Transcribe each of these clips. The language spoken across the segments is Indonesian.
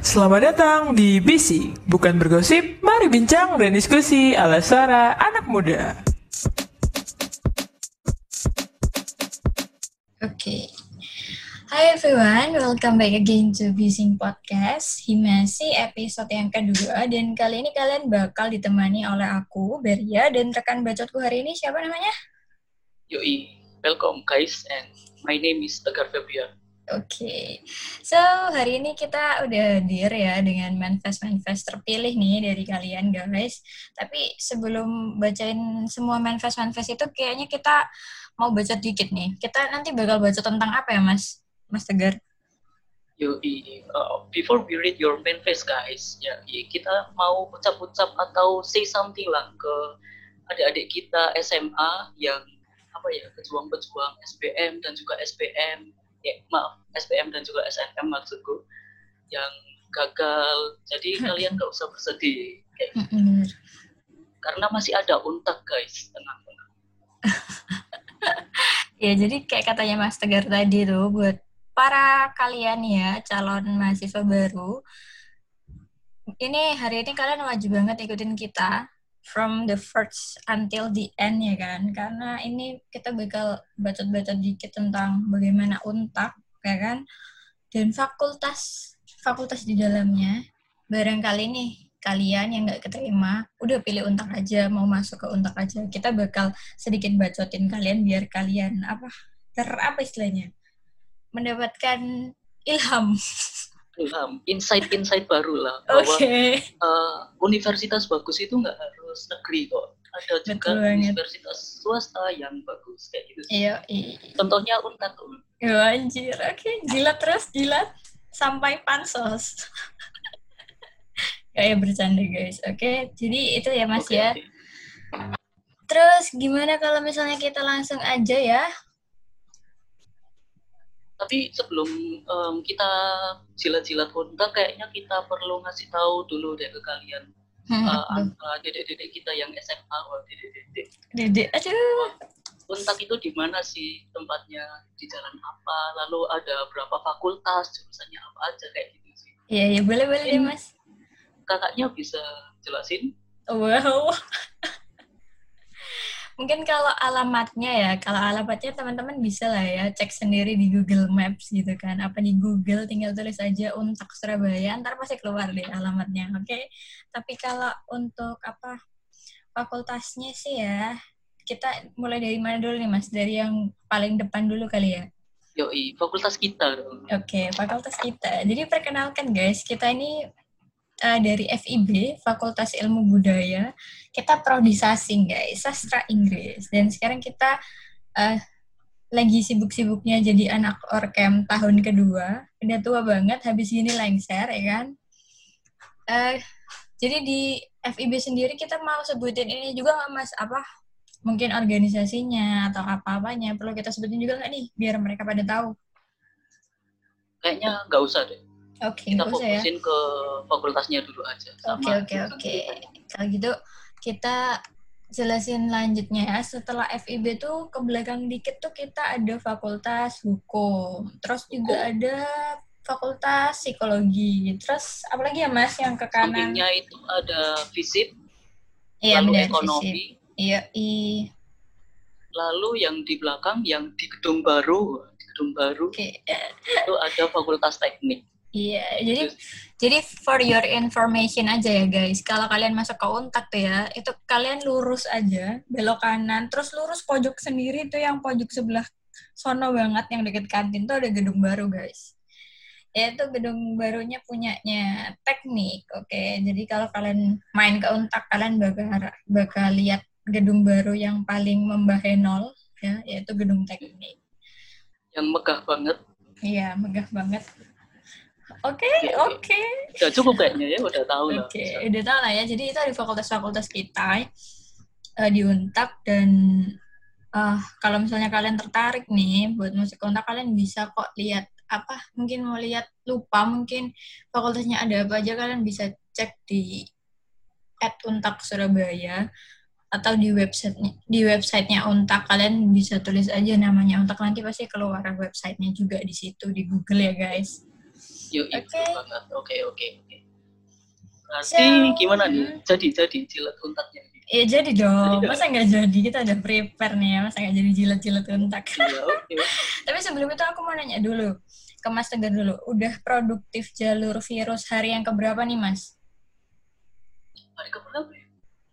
Selamat datang di BC, bukan bergosip, mari bincang dan diskusi ala suara anak muda. Okay. Hi everyone, welcome back again to Bising Podcast. Himasi episode yang kedua, dan kali ini kalian bakal ditemani oleh aku, Beria, dan rekan bacotku hari ini siapa namanya? Yoi, welcome guys, and my name is Tegar Febrian. Oke, so hari ini kita udah hadir ya dengan manifest terpilih nih dari kalian guys. Tapi sebelum bacain semua manifest itu kayaknya kita mau baca dikit nih. Kita nanti bakal baca tentang apa ya Mas Tegar? Yoi, before we read your manifest guys, ya kita mau ucap-ucap atau say something lah ke adik-adik kita SMA yang pejuang-pejuang SBM dan juga SPM. SPM dan juga SNM maksudku yang gagal. Jadi kalian gak usah bersedih karena masih ada untak guys, tenang. Ya jadi kayak katanya Mas Tegar tadi tuh, buat para kalian ya calon mahasiswa baru, ini hari ini kalian wajib banget ikutin kita from the first until the end ya kan, karena ini kita bakal bacot-bacot dikit tentang bagaimana untak ya kan, dan fakultas di dalamnya. Barangkali nih kalian yang nggak keterima udah pilih untak aja, mau masuk ke untak aja, kita bakal sedikit bacotin kalian biar kalian apa istilahnya mendapatkan ilham insight baru lah bahwa universitas bagus itu nggak harus negeri kok, ada juga universitas swasta yang bagus kayak gitu sih. Iya. Contohnya Unpad. Anjir, oke. Jilat sampai pansos. Kayak bercanda guys, oke. Jadi itu ya Mas ya. Terus gimana kalau misalnya kita langsung aja ya? Tapi sebelum kita jilat-jilat Unpad, kayaknya kita perlu ngasih tahu dulu deh ke kalian dedek-dedek kita yang SMA. Dedek aja. Unpad itu di mana sih tempatnya, di jalan apa, lalu ada berapa fakultas, jurusannya apa aja kayak gitu sih. Iya, boleh deh Mas. Kakaknya bisa jelasin? Wow. Mungkin kalau alamatnya teman-teman bisa lah ya cek sendiri di Google Maps gitu kan. Apa di Google tinggal tulis aja Untak Surabaya, ntar pasti keluar deh alamatnya, oke? Tapi kalau untuk fakultasnya sih ya, kita mulai dari mana dulu nih Mas? Dari yang paling depan dulu kali ya? Yoi, fakultas kita dong. Oke, fakultas kita. Jadi perkenalkan guys, kita ini dari FIB, Fakultas Ilmu Budaya. Kita prodi sasing guys, sastra Inggris. Dan sekarang kita lagi sibuk-sibuknya jadi anak Orkem tahun kedua. Udah tua banget, habis ini lengser ya kan. Jadi di FIB sendiri kita mau sebutin ini juga nggak Mas? Mungkin organisasinya atau apa-apanya perlu kita sebutin juga nggak nih, biar mereka pada tahu? Kayaknya nggak usah deh. Oke, kita fokusin ke fakultasnya dulu aja. Oke. Kalau gitu kita jelasin lanjutnya ya. Setelah FIB tuh ke belakang dikit tuh kita ada fakultas hukum. Terus juga ada fakultas psikologi. Terus apalagi ya Mas yang ke kanan? Sampingnya itu ada FISIP, lalu ekonomi. Iya. Lalu yang di belakang, yang di gedung baru itu ada fakultas teknik. Iya, jadi for your information aja ya guys, kalau kalian masuk ke Untak tuh ya, itu kalian lurus aja, belok kanan, terus lurus pojok sendiri tuh, yang pojok sebelah sono banget, yang deket kantin tuh ada gedung baru guys. Ya itu gedung barunya punyanya teknik, oke. Jadi kalau kalian main ke Untak, kalian bakal lihat gedung baru yang paling membahenol, ya, yaitu gedung teknik. Yang megah banget. Iya, megah banget. Oke. Udah cukup kayaknya ya, udah tahu lah. Udah tahu lah ya. Jadi itu ada fakultas-fakultas kita di Untak, dan kalau misalnya kalian tertarik nih buat masuk ke Untak, kalian bisa kok lihat mungkin mau lihat lupa mungkin fakultasnya ada apa aja, kalian bisa cek di @Untak Surabaya atau di websitenya Untak. Kalian bisa tulis aja namanya Untak, nanti pasti keluar websitenya juga di situ di Google ya guys. Yuk, Oke. betul banget. Oke. So, Berarti gimana nih? Jadi jilat untaknya. ya jadi dong. Jadi Masa nggak jadi? Kita udah prepare nih ya. Masa nggak jadi jilat-jilat untak? iya, oke. Tapi sebelum itu aku mau nanya dulu ke Mas Tegar dulu. Udah produktif jalur virus hari yang keberapa nih, Mas? Hari keberapa ya?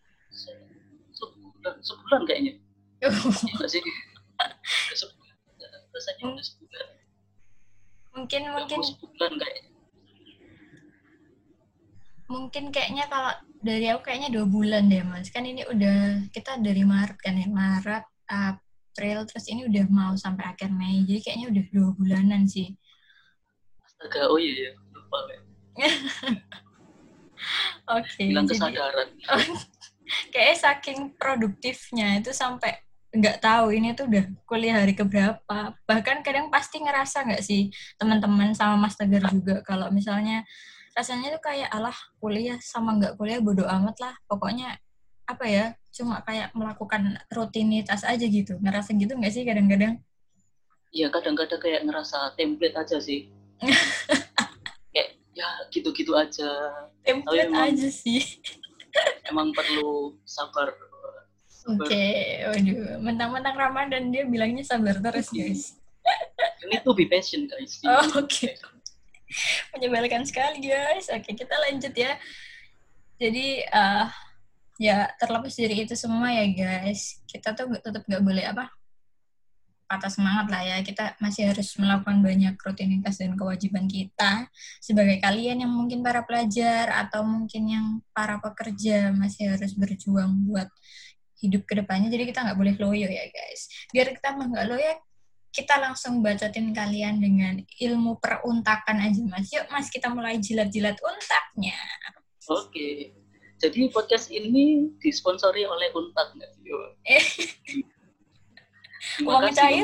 Sebulan kayaknya. Iya sih. Udah sebulan. Rasanya udah sebulan. Mungkin Sebulan kayaknya. mungkin kayaknya kalau dari aku kayaknya 2 bulan deh, Mas. Kan ini udah kita dari Maret kan ya. Maret, April, terus ini udah mau sampai akhir Mei. Jadi kayaknya udah 2 bulanan sih. Astaga, oh iya ya. Lupa ya. Oke. Hilang Jadi kesadaran. kayaknya saking produktifnya itu sampai nggak tahu ini tuh udah kuliah hari keberapa. Bahkan kadang pasti ngerasa nggak sih teman-teman sama Mas Tegar juga kalau misalnya rasanya tuh kayak alah kuliah sama nggak kuliah bodo amat lah. Pokoknya apa ya, cuma kayak melakukan rutinitas aja gitu. Ngerasa gitu nggak sih kadang-kadang? Iya, kadang-kadang kayak ngerasa template aja sih. Kayak ya gitu-gitu aja. Template aja sih. Emang perlu sabar. Oke, waduh. Mentang-mentang Ramadan dia bilangnya sabar terus, guys. You need to be patient, guys. Oh, oke. Menyebalkan sekali, guys. Oke, kita lanjut ya. Jadi, ya terlepas dari itu semua ya, guys. Kita tuh tetap nggak boleh patah semangat lah ya. Kita masih harus melakukan banyak rutinitas dan kewajiban kita sebagai kalian yang mungkin para pelajar atau mungkin yang para pekerja masih harus berjuang buat hidup ke depannya. Jadi kita nggak boleh loyo ya, guys. Biar kita nggak loyo, kita langsung bacotin kalian dengan ilmu peruntakan aja, Mas. Yuk, Mas, kita mulai jilat-jilat untaknya. Oke. Jadi podcast ini disponsori oleh Untak nggak sih? Uang cair.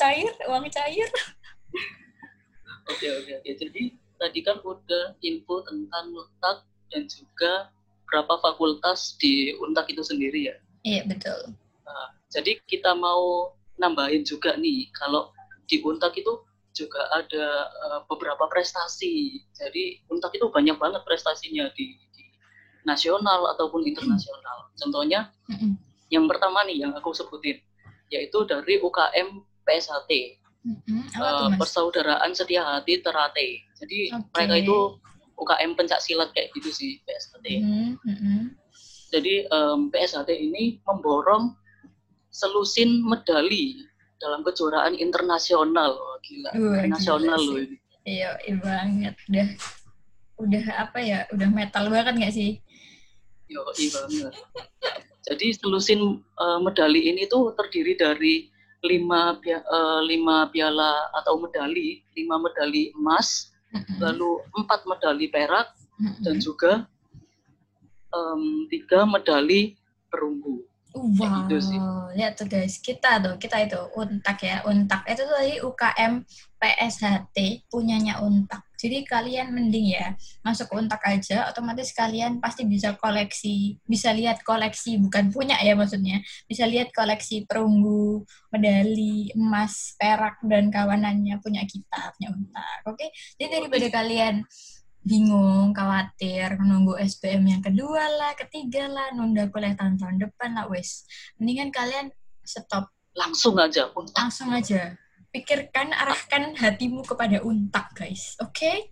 Oke. Jadi tadi kan udah info tentang Untak dan juga berapa fakultas di Untak itu sendiri ya. Iya, betul. Nah, jadi kita mau nambahin juga nih, kalau di Untak itu juga ada beberapa prestasi. Jadi Untak itu banyak banget prestasinya di nasional ataupun internasional. Contohnya, yang pertama nih yang aku sebutin, yaitu dari UKM PSHT, Persaudaraan Setia Hati Terate. Jadi mereka itu UKM pencak silat kayak gitu sih PSHT. Jadi PSHT ini memborong selusin medali dalam kejuaraan internasional. Gila, internasional loh ini. Iya, banget. Udah apa ya? Udah metal banget nggak sih? Iya banget. Jadi selusin medali ini tuh terdiri dari 5 piala atau medali, 5 medali emas, lalu 4 medali perak, dan juga 3 medali perunggu. Wow, gitu sih. Lihat tuh guys, kita itu Untak ya. Untak itu tuh tadi UKM PSHT punyanya Untak. Jadi kalian mending ya masuk ke Untak aja, otomatis kalian pasti bisa lihat koleksi, bukan punya ya maksudnya, bisa lihat koleksi perunggu, medali, emas, perak, dan kawanannya punya kita, punya Untak. Oke? Jadi daripada kalian bingung, khawatir, menunggu SBM yang kedua lah, ketiga lah, nunda kuliah tahun depan lah, wes. Mendingan kalian stop. Langsung aja. Pikirkan, arahkan hatimu kepada Untak, guys. Oke?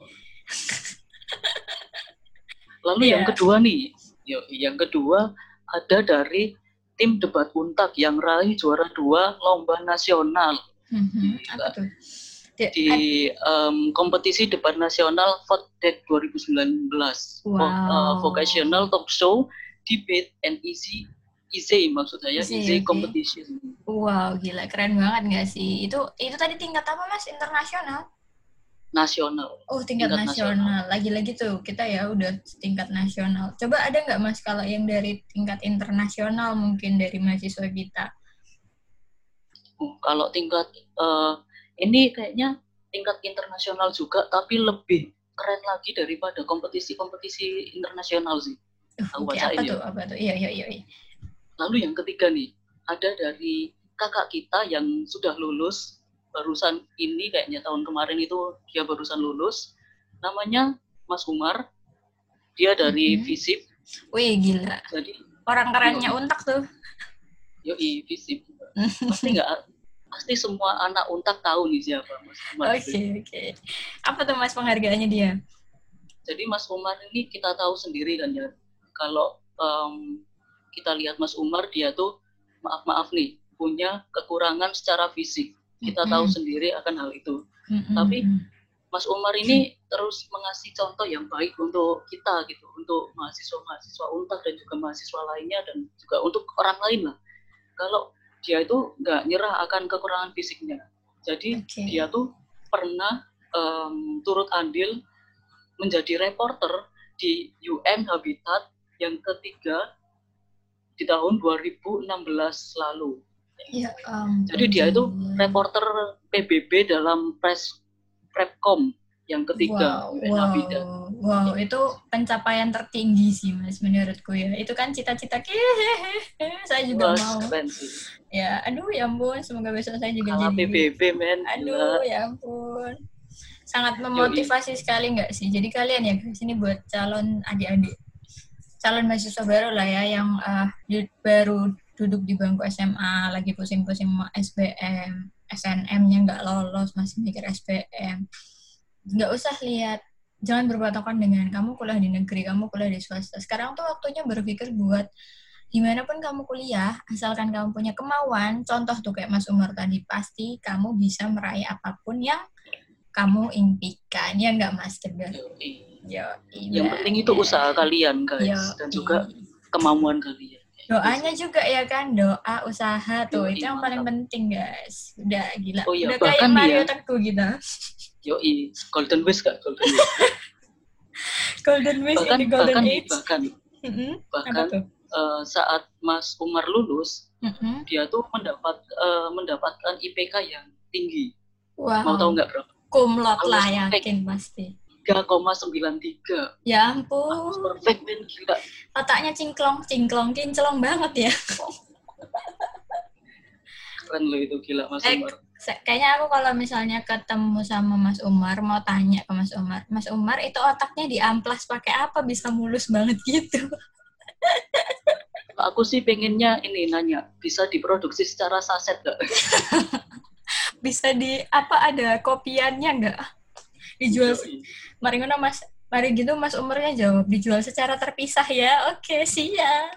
Lalu yang kedua nih, yang kedua ada dari tim debat Untak yang raih juara 2 lomba nasional. Apa tuh? Di kompetisi debat nasional VOTDEC 2019. Wow. Vocational Talk Show Debate and Easy maksud saya Easy Competition. Wow, gila, keren banget nggak sih? Itu tadi tingkat apa, Mas? Internasional? Nasional. Oh, tingkat nasional. Lagi-lagi tuh kita ya udah tingkat nasional. Coba ada nggak, Mas, kalau yang dari tingkat internasional mungkin dari mahasiswa kita? Kalau tingkat ini kayaknya tingkat internasional juga, tapi lebih keren lagi daripada kompetisi internasional sih. Apa tuh? Iya. Lalu yang ketiga nih, ada dari kakak kita yang sudah lulus, barusan ini kayaknya tahun kemarin itu dia barusan lulus, namanya Mas Umar, dia dari FISIP. Wih, gila. Jadi orang kerennya Untak tuh. Yoi, FISIP. Pasti semua anak Untak tahu nih siapa Mas Umar. Oke. Apa tuh Mas penghargaannya dia? Jadi Mas Umar ini kita tahu sendiri kan ya, kalau kita lihat Mas Umar, dia tuh maaf nih punya kekurangan secara fisik. Kita tahu sendiri akan hal itu. Tapi Mas Umar ini terus mengasih contoh yang baik untuk kita gitu, untuk mahasiswa-mahasiswa Untak dan juga mahasiswa lainnya dan juga untuk orang lain lah. Kalau dia itu nggak nyerah akan kekurangan fisiknya. Jadi dia tuh pernah turut andil menjadi reporter di UN Habitat yang ketiga di tahun 2016 lalu. Ya, jadi dia itu reporter PBB dalam Prepcom yang ketiga UN Habitat. Wow, itu pencapaian tertinggi sih Mas menurutku ya. Itu kan cita-cita saya juga mau. Keren sih. Ya, aduh ya ampun, semoga besok saya juga jadi PBB men. Aduh ya ampun. Sangat memotivasi sekali nggak sih? Jadi kalian ya guys, ini buat calon adik-adik, calon mahasiswa baru lah ya, yang baru duduk di bangku SMA, lagi pusing-pusing mau SBM, SNM-nya nggak lolos, masih mikir SBM. Nggak usah lihat, jangan berpatokan dengan kamu kuliah di negeri, kamu kuliah di swasta. Sekarang tuh waktunya berpikir buat dimanapun kamu kuliah, asalkan kamu punya kemauan, contoh tuh kayak Mas Umar tadi, pasti kamu bisa meraih apapun yang kamu impikan, ya nggak Mas Tegar? Yang penting itu usaha kalian guys, dan juga kemauan kalian. Doanya juga ya kan, doa, usaha tuh, itu yang paling penting guys. Udah gila, udah kayak Mario Teguh gitu. Yoi, Golden Wish gak? Golden Wish. Golden Wish ini Golden Age. Bahkan saat Mas Umar lulus, dia tuh mendapatkan IPK yang tinggi. Wow. Mau tahu nggak berapa? Kumlot lah, yakin pasti. 3,93. Ya ampun. Perfect men, gila. Otaknya kinclong banget ya. Keren loh itu, gila Mas Umar. Kayaknya aku kalau misalnya ketemu sama Mas Umar, mau tanya ke Mas Umar itu otaknya diamplas pakai apa bisa mulus banget gitu? Aku sih pengennya ini nanya, bisa diproduksi secara saset nggak? Bisa ada kopiannya nggak? Dijual. Mari gitu Mas Umarnya jawab, dijual secara terpisah ya. Oke, siap.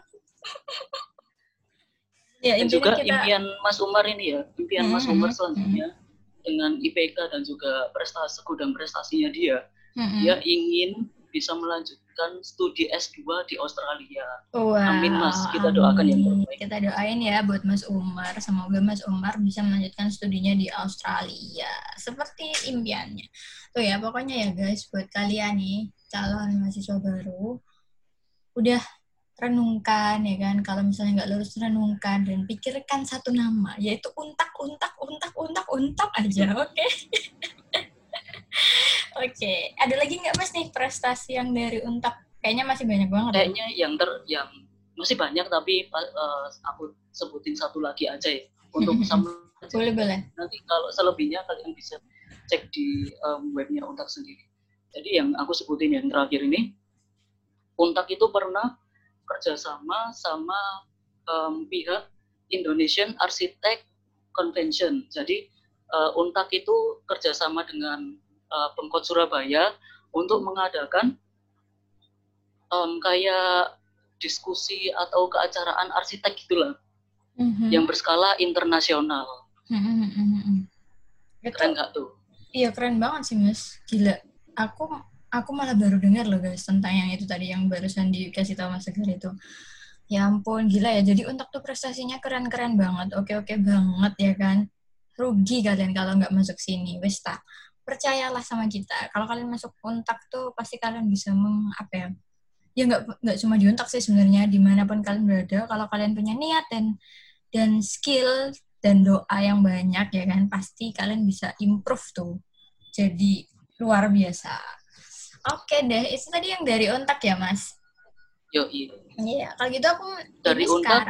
Ya, dan juga impian Mas Umar ini ya, impian Mas Umar selanjutnya dengan IPK dan juga gudang prestasinya dia, dia ingin bisa melanjutkan studi S2 di Australia. Wow, amin Mas, kita doakan yang terbaik. Kita doain ya buat Mas Umar, semoga Mas Umar bisa melanjutkan studinya di Australia seperti impiannya. Tuh ya, pokoknya ya guys, buat kalian nih calon mahasiswa baru, udah renungkan ya kan, kalau misalnya nggak lulus renungkan dan pikirkan satu nama, yaitu untak aja, oke? Oke, ada lagi nggak Mas nih prestasi yang dari Untak? Kayaknya masih banyak banget. Kayaknya yang masih banyak, tapi aku sebutin satu lagi aja ya untuk sama. Boleh. Nanti kalau selebihnya kalian bisa cek di webnya Untak sendiri. Jadi yang aku sebutin yang terakhir ini, Untak itu pernah kerjasama sama pihak Indonesian Architect Convention. Jadi Untak itu kerjasama dengan Pemkot Surabaya untuk mengadakan kayak diskusi atau keacaraan arsitek gitulah, yang berskala internasional. Keren nggak tuh? Iya keren banget sih Mas, gila. Aku malah baru dengar loh guys tentang yang itu tadi yang barusan dikasih tahu Mas Tegar itu. Ya ampun, gila ya. Jadi Untak tuh prestasinya keren-keren banget, oke banget ya kan. Rugi kalian kalau nggak masuk sini, wes tak. Percayalah sama kita. Kalau kalian masuk Untak tuh pasti kalian bisa ya nggak cuma di Untak sih sebenarnya, dimanapun kalian berada, kalau kalian punya niat dan skill dan doa yang banyak ya kan, pasti kalian bisa improve tuh. Jadi luar biasa. Oke deh, itu tadi yang dari Untak ya Mas? Iya, kalau gitu aku dari Untak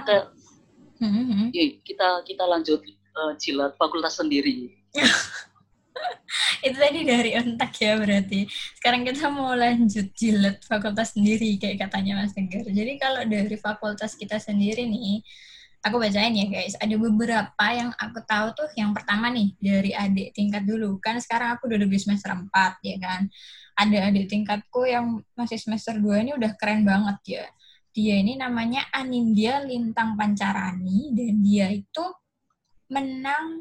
kita lanjut jilat fakultas sendiri. Itu tadi dari Untak ya berarti. Sekarang kita mau lanjut jilid fakultas sendiri kayak katanya Mas Tegar. Jadi kalau dari fakultas kita sendiri nih, aku bacain ya guys. Ada beberapa yang aku tahu tuh. Yang pertama nih dari adik tingkat dulu. Kan sekarang aku udah di semester 4 ya kan. Ada adik tingkatku yang masih semester 2 ini udah keren banget ya. Dia ini namanya Anindya Lintang Pancarani dan dia itu menang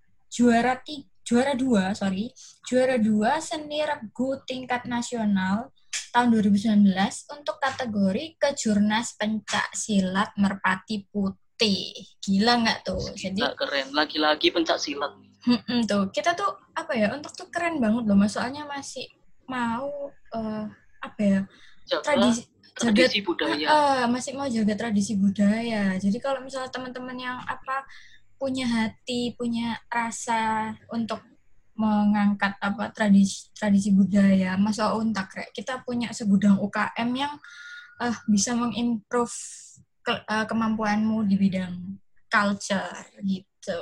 juara dua seni regu tingkat nasional tahun 2019 untuk kategori kejurnas pencak silat merpati putih. Gila nggak tuh? Jadi keren, lagi-lagi pencak silat. Tuh kita tuh apa ya, untuk tuh keren banget loh, soalnya masih mau apa ya, tradisi budaya. Masih mau jaga tradisi budaya. Jadi kalau misalnya teman-teman yang punya hati, punya rasa untuk mengangkat tradisi budaya, masuk Untak kayak kita punya segudang UKM yang bisa mengimprove kemampuanmu di bidang culture gitu.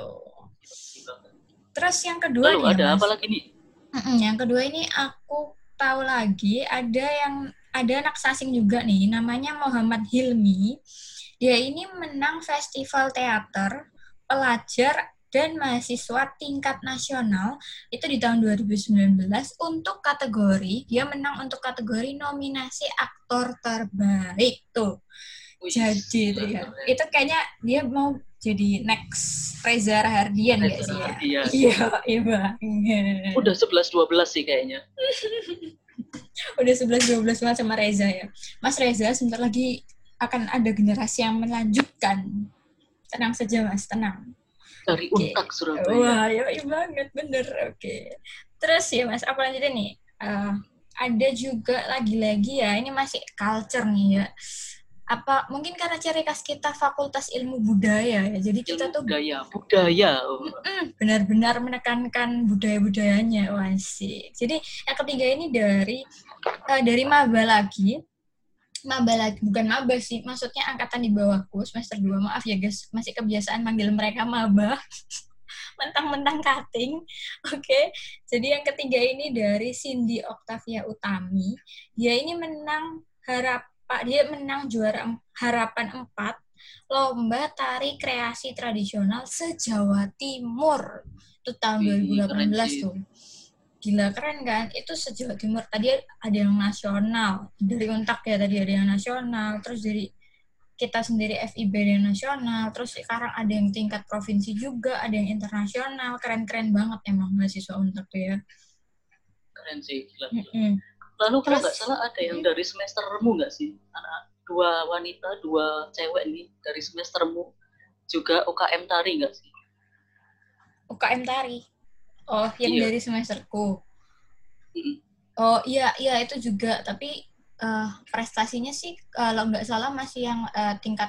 Terus yang kedua lalu nih, ada Mas, apa lagi nih? Yang kedua ini aku tahu lagi ada anak Sasing juga nih, namanya Muhammad Hilmi. Dia ini menang festival teater pelajar dan mahasiswa tingkat nasional itu di tahun 2019 untuk kategori, dia menang untuk kategori nominasi aktor terbaik tuh. Jadi tuh ya, itu kayaknya dia mau jadi next Reza Rahardian nggak sih ya? Iya banget. Udah 11-12 sih kayaknya. Udah 11-12 banget sama Reza ya. Mas Reza sebentar lagi akan ada generasi yang melanjutkan. Tenang saja Mas, tenang. Dari Untak Surabaya. Wah, iya banget, bener. Oke. Terus ya Mas, apa lanjutnya nih? Ada juga lagi-lagi ya, ini masih culture nih ya. Mungkin karena ciri khas kita Fakultas Ilmu Budaya ya, jadi kita tuh budaya. Benar-benar menekankan budaya-budayanya, asik. Jadi yang ketiga ini dari maba lagi, bukan maba sih, maksudnya angkatan di bawahku semester 2, maaf ya guys, masih kebiasaan manggil mereka maba. Mentang-mentang cutting. Oke. Jadi yang ketiga ini dari Cindy Octavia Utami. Dia ini menang juara Harapan 4 lomba tari kreasi tradisional se-Jawa Timur. Itu tahun 2018 tuh. Gila, keren kan? Itu se-Jawa Timur. Tadi ada yang nasional. Dari Untak ya, tadi ada yang nasional. Terus dari kita sendiri FIB ada yang nasional. Terus sekarang ada yang tingkat provinsi juga. Ada yang internasional. Keren-keren banget emang mahasiswa Untak tuh ya. Keren sih, gila. Lalu kalau nggak salah ada yang dari semestermu nggak sih? Dua wanita, 2 cewek nih dari semestermu juga UKM tari nggak sih? UKM tari? Oh, yang dari semesterku. Oh iya itu juga, tapi prestasinya sih kalau nggak salah masih yang tingkat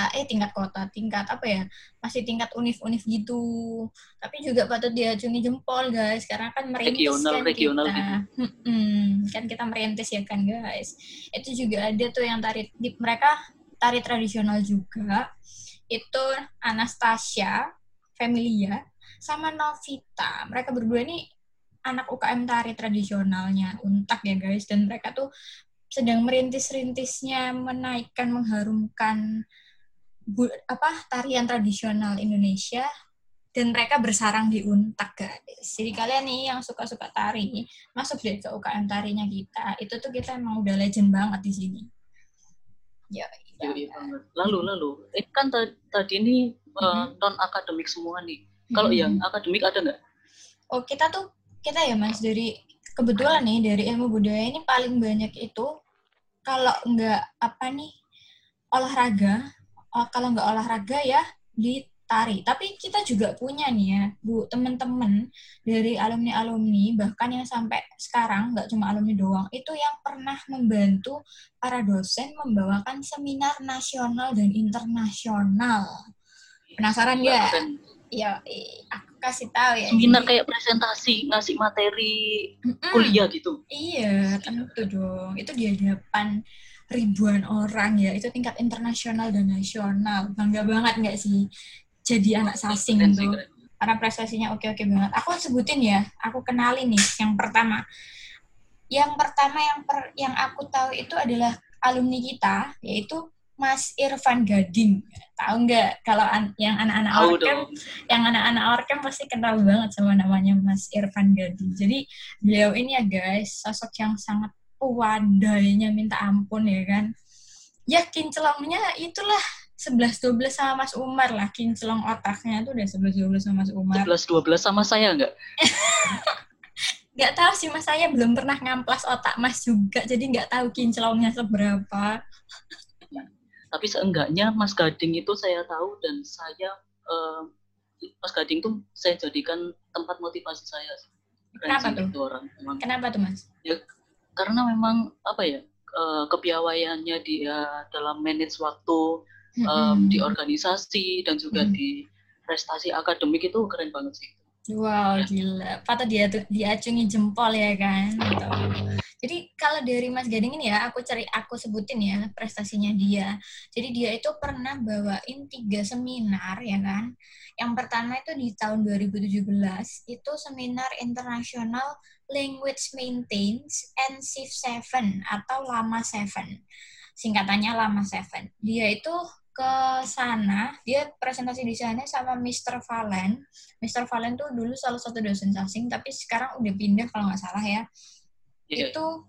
apa ya, masih tingkat univ gitu, tapi juga patut diacungi jempol guys, karena kan merintis regional kita gitu. Kan kita merintis ya kan guys. Itu juga ada tuh yang mereka tari tradisional juga, itu Anastasia, Familia, sama Novita. Mereka berdua nih anak UKM tari tradisionalnya Untak ya guys, dan mereka tuh sedang merintis-rintisnya menaikkan, mengharumkan tarian tradisional Indonesia, dan mereka bersarang di Untak guys. Jadi kalian nih yang suka-suka tari, masuk deh ke UKM tarinya kita. Itu tuh kita emang udah legend banget di sini. Ya. Lalu, kan tadi ini non akademik semua nih. Kalau yang akademik ada nggak? Oh, kita ya Mas, dari kebetulan nih dari ilmu budaya ini paling banyak itu kalau nggak olahraga, kalau nggak olahraga ya di tari. Tapi kita juga punya nih ya Bu, teman-teman dari alumni bahkan yang sampai sekarang nggak cuma alumni doang, itu yang pernah membantu para dosen membawakan seminar nasional dan internasional. Penasaran ya? Ya, aku kasih tahu ya. Seminar kayak presentasi, ngasih materi kuliah gitu. Iya, tentu dong. Itu di hadapan ribuan orang ya. Itu tingkat internasional dan nasional. Bangga banget nggak sih jadi anak Sasing tuh? karena prestasinya oke-oke banget. Aku sebutin ya, aku kenalin nih yang pertama. Yang aku tahu itu adalah alumni kita, yaitu Mas Irfan Gading. Tahu nggak? Kalau yang anak-anak Tahu Orkem, dong. yang anak-anak Orkem pasti kenal banget sama namanya Mas Irfan Gading. Jadi beliau ini ya guys, sosok yang sangat wadainya minta ampun ya kan. Ya kinclongnya itulah 11-12 sama Mas Umar lah. Kinclong otaknya tuh udah 11-12 sama Mas Umar. 11-12 sama saya nggak? Nggak tahu sih Mas, saya belum pernah ngamplas otak Mas juga, jadi nggak tahu kinclongnya seberapa. Tapi seenggaknya Mas Gading itu saya tahu dan saya Mas Gading tuh saya jadikan tempat motivasi saya. Kenapa tuh? Itu orang memang. Kenapa tuh Mas? Ya karena memang apa ya kepiawaiannya dia dalam manage waktu di organisasi dan juga di prestasi akademik itu keren banget sih. Wow, gila. Patut diacungi jempol ya kan. Gitu. Jadi kalau dari Mas Gading ini ya, aku sebutin ya prestasinya dia. Jadi dia itu pernah bawain 3 seminar ya kan. Yang pertama itu di tahun 2017, itu seminar internasional Language Maintenance and Shift 7 atau Lama 7. Singkatannya Lama 7. Dia itu ke sana, dia presentasi di sana sama Mr. Valen. Mr. Valen tuh dulu salah satu dosen asing, tapi sekarang udah pindah kalau nggak salah ya. Yeah. Itu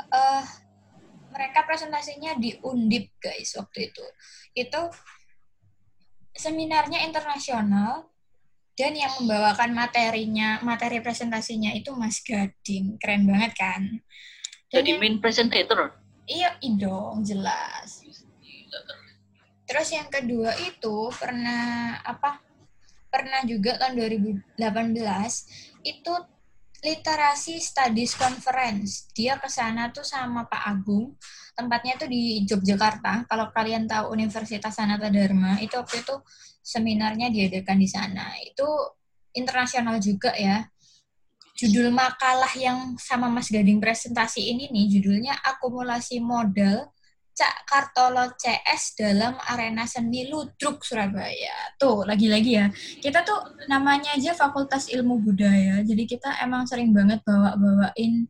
mereka presentasinya di Undip guys waktu itu. Itu seminarnya internasional dan yang membawakan materi presentasinya itu Mas Gading. Keren banget kan? Jadi main presentator? Iya dong, jelas. Terus yang kedua itu pernah juga tahun 2018 itu Literasi Studies Conference. Dia ke sana tuh sama Pak Agung. Tempatnya tuh di Yogyakarta. Kalau kalian tahu Universitas Sanata Dharma, itu waktu itu seminarnya diadakan di sana. Itu internasional juga ya. Judul makalah yang sama Mas Gading presentasi ini nih, judulnya Akumulasi Modal Cak Kartolo CS dalam arena seni Ludruk Surabaya. Tuh, lagi-lagi ya. Kita tuh namanya aja Fakultas Ilmu Budaya, jadi kita emang sering banget bawain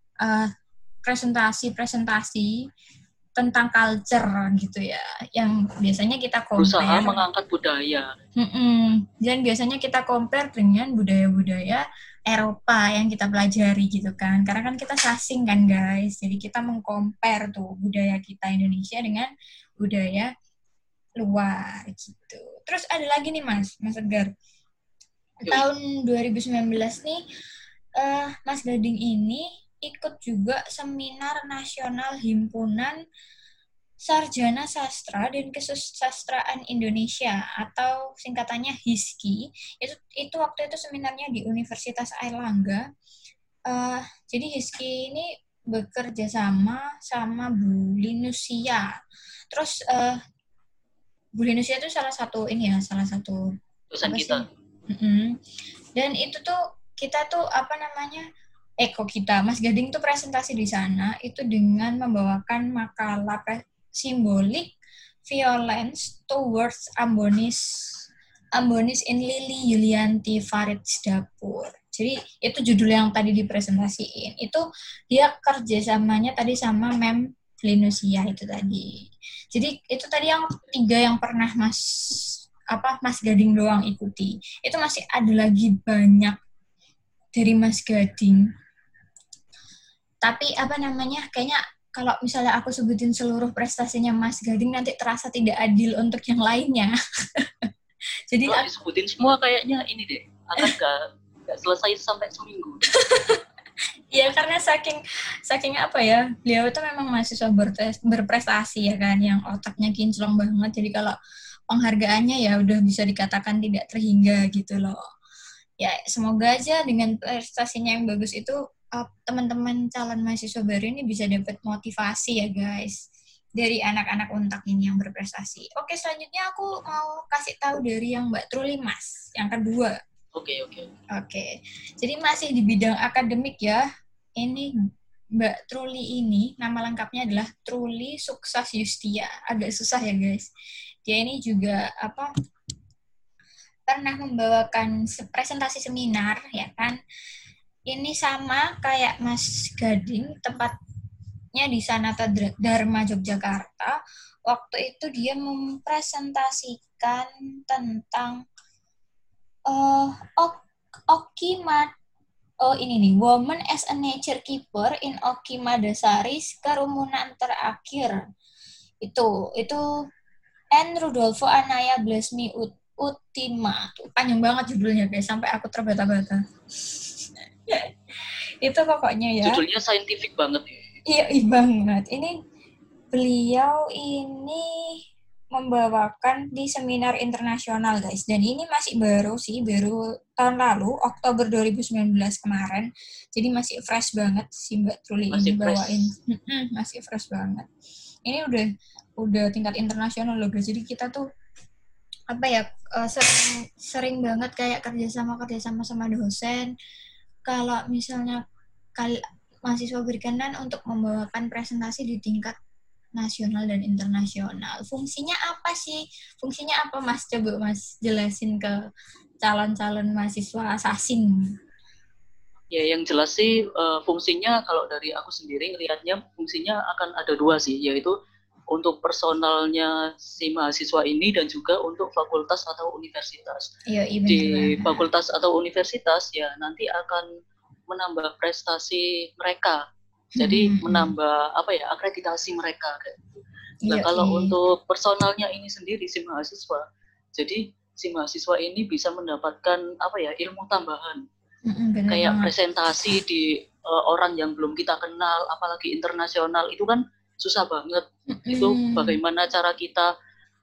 presentasi tentang culture gitu ya, yang biasanya kita compare. Berusaha mengangkat budaya. Dan biasanya kita compare dengan budaya-budaya Eropa yang kita pelajari gitu kan. Karena kan kita sasing kan guys. Jadi kita meng-compare tuh budaya kita Indonesia dengan budaya luar gitu. Terus ada lagi nih Mas Edgar. Tahun 2019 nih Mas Gading ini ikut juga seminar nasional Himpunan Sarjana Sastra dan Kesusastraan Indonesia atau singkatannya HISKI. Itu waktu itu seminarnya di Universitas Airlangga. Jadi HISKI ini bekerja sama Bu Linusia. Terus Bu Linusia itu salah satu dosen kita. Dan itu tuh kita tuh Mas Gading tuh presentasi di sana itu dengan membawakan makalah Symbolic Violence Towards Ambonis in Lili Yulianti Farid's Dapur. Jadi itu judul yang tadi dipresentasiin. Itu dia kerjasamanya tadi sama Mem Linusia itu tadi. Jadi itu tadi yang 3 yang pernah Mas Gading doang ikuti. Itu masih ada lagi banyak dari Mas Gading. Tapi kayaknya kalau misalnya aku sebutin seluruh prestasinya Mas Gading nanti terasa tidak adil untuk yang lainnya. Jadi kalau disebutin semua kayaknya ini deh akan gak selesai sampai seminggu. Ya karena saking beliau itu memang mahasiswa berprestasi ya kan, yang otaknya kinclong banget. Jadi kalau penghargaannya ya udah bisa dikatakan tidak terhingga gitu loh. Ya semoga aja dengan prestasinya yang bagus itu teman-teman calon mahasiswa baru ini bisa dapat motivasi ya guys dari anak-anak Untak ini yang berprestasi. Oke, selanjutnya aku mau kasih tahu dari yang Mbak Truli Mas, yang kedua. Oke. Jadi masih di bidang akademik ya. Ini Mbak Truli ini nama lengkapnya adalah Truli Sukses Yustia. Agak susah ya guys. Dia ini juga pernah membawakan presentasi seminar, ya kan? Ini sama kayak Mas Gading, tempatnya di Sanata Dharma Yogyakarta. Waktu itu dia mempresentasikan tentang Okima. Oh ini nih, Woman as a Nature Keeper in Okimadasari's Kerumunan Terakhir. Itu N. Rudolfo Anaya Blasmi Utima. Panjang banget judulnya guys, sampai aku terbata-bata. Itu pokoknya ya. Judulnya scientific banget ya. Iya banget. Ini beliau ini membawakan di seminar internasional guys, dan ini masih baru tahun lalu Oktober 2019 kemarin, jadi masih fresh banget sih Mbak Truli ini bawain. Masih fresh banget. Ini udah tingkat internasional loh guys, jadi kita tuh apa ya, sering banget kayak kerjasama sama dosen. Kalau misalnya mahasiswa berkenan untuk membawakan presentasi di tingkat nasional dan internasional. Fungsinya apa sih? Fungsinya apa Mas? Coba Mas jelasin ke calon-calon mahasiswa asasing. Ya, yang jelas sih fungsinya kalau dari aku sendiri ngelihatnya fungsinya akan ada dua sih, yaitu untuk personalnya si mahasiswa ini dan juga untuk fakultas atau universitas. Iya, di fakultas atau universitas ya nanti akan menambah prestasi mereka. Jadi menambah akreditasi mereka kayak gitu. Nah, kalau untuk personalnya ini sendiri si mahasiswa, jadi si mahasiswa ini bisa mendapatkan ilmu tambahan. Kayak presentasi di orang yang belum kita kenal, apalagi internasional, itu kan susah banget. Itu bagaimana cara kita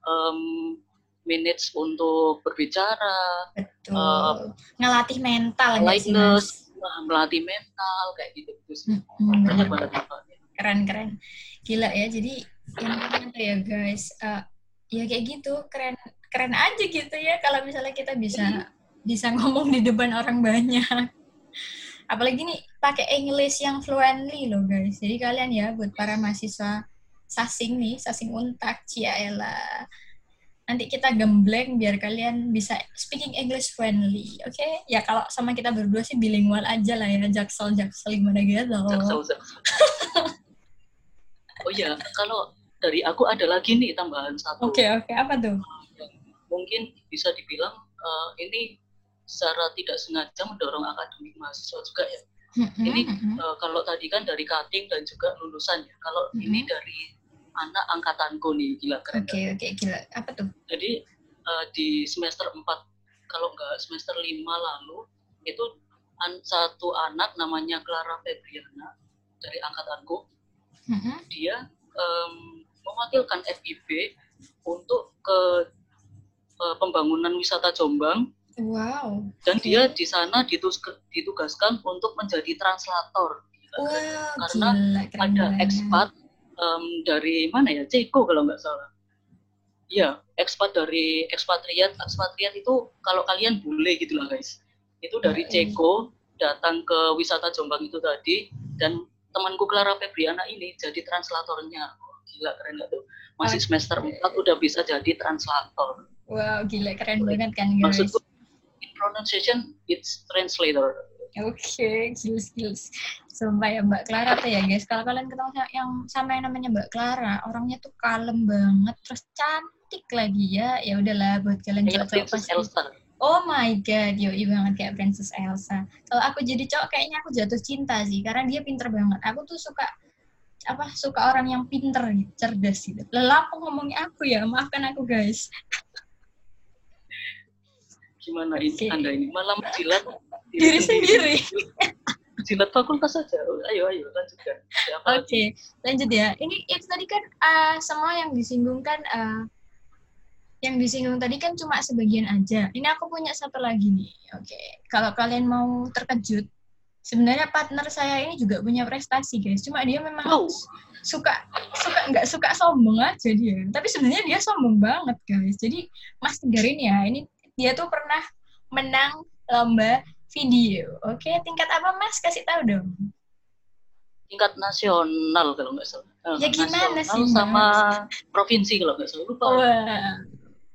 manage untuk berbicara, ngelatih mental, melatih mental kayak gitu sih. Banyak banget manfaatnya. Keren gila ya. Jadi yang ya guys, ya kayak gitu, keren aja gitu ya kalau misalnya kita bisa ngomong di depan orang banyak. Apalagi nih pakai English yang fluently loh guys. Jadi kalian ya buat para mahasiswa sasing Untak, ciaela. Nanti kita gembleng biar kalian bisa speaking English fluently, oke? Okay? Ya kalau sama kita berdua sih bilingual aja lah ya, jaksel gimana gitu. Jaksel. Oh ya, kalau dari aku ada lagi nih tambahan satu. Oke, apa tuh? Mungkin bisa dibilang ini secara tidak sengaja mendorong akademik mahasiswa juga ya. Ini kalau tadi kan dari cutting dan juga lulusan ya. Kalau ini dari anak angkatanku nih, gila keren. Oke, gila. Apa tuh? Jadi di semester 4, kalau nggak semester 5 lalu, itu satu anak namanya Clara Febriana dari angkatanku. Dia mewakilkan FIB untuk ke pembangunan wisata Jombang. Wow. Dan dia di sana ditugaskan untuk menjadi translator. Wow, karena gila, ada ekspat dari mana ya, Ceko kalau nggak salah. Iya, ekspatriat itu kalau kalian bule gitu lah guys. Itu dari Ceko datang ke wisata Jombang itu tadi, dan temanku Clara Febriana ini jadi translatornya. Gila keren nggak tuh? Masih semester 4 udah bisa jadi translator. Wow, gila keren banget kan guys. Maksudku in pronunciation it's translator. Oke, skills. Sumpah ya Mbak Clara tuh ya guys, kalau kalian ketemu sama yang namanya Mbak Clara, orangnya tuh kalem banget, terus cantik lagi ya. Ya udahlah buat kalian cowok-cowok pasti. Elsa. Oh my god, yoi banget kayak Princess Elsa. Kalau aku jadi cowok kayaknya aku jatuh cinta sih, karena dia pinter banget. Aku tuh suka orang yang pinter, cerdas gitu. Lelapo ngomongnya aku ya, maafkan aku guys. Gimana ini Anda ini malah menjilat diri sendiri. Jilat fakultas saja. Ayo lanjutkan. Oke, lanjut ya. Ini itu tadi kan semua yang disinggung tadi kan cuma sebagian aja. Ini aku punya satu lagi nih. Oke, kalau kalian mau terkejut, sebenarnya partner saya ini juga punya prestasi guys. Cuma dia memang nggak suka sombong aja dia. Tapi sebenarnya dia sombong banget guys. Jadi Mas Tegar ini ya, ini dia tuh pernah menang lomba video. Oke, tingkat apa Mas? Kasih tahu dong. Tingkat nasional kalau nggak salah. Ya gimana sih? Sama provinsi kalau nggak salah. Lupa. Wah.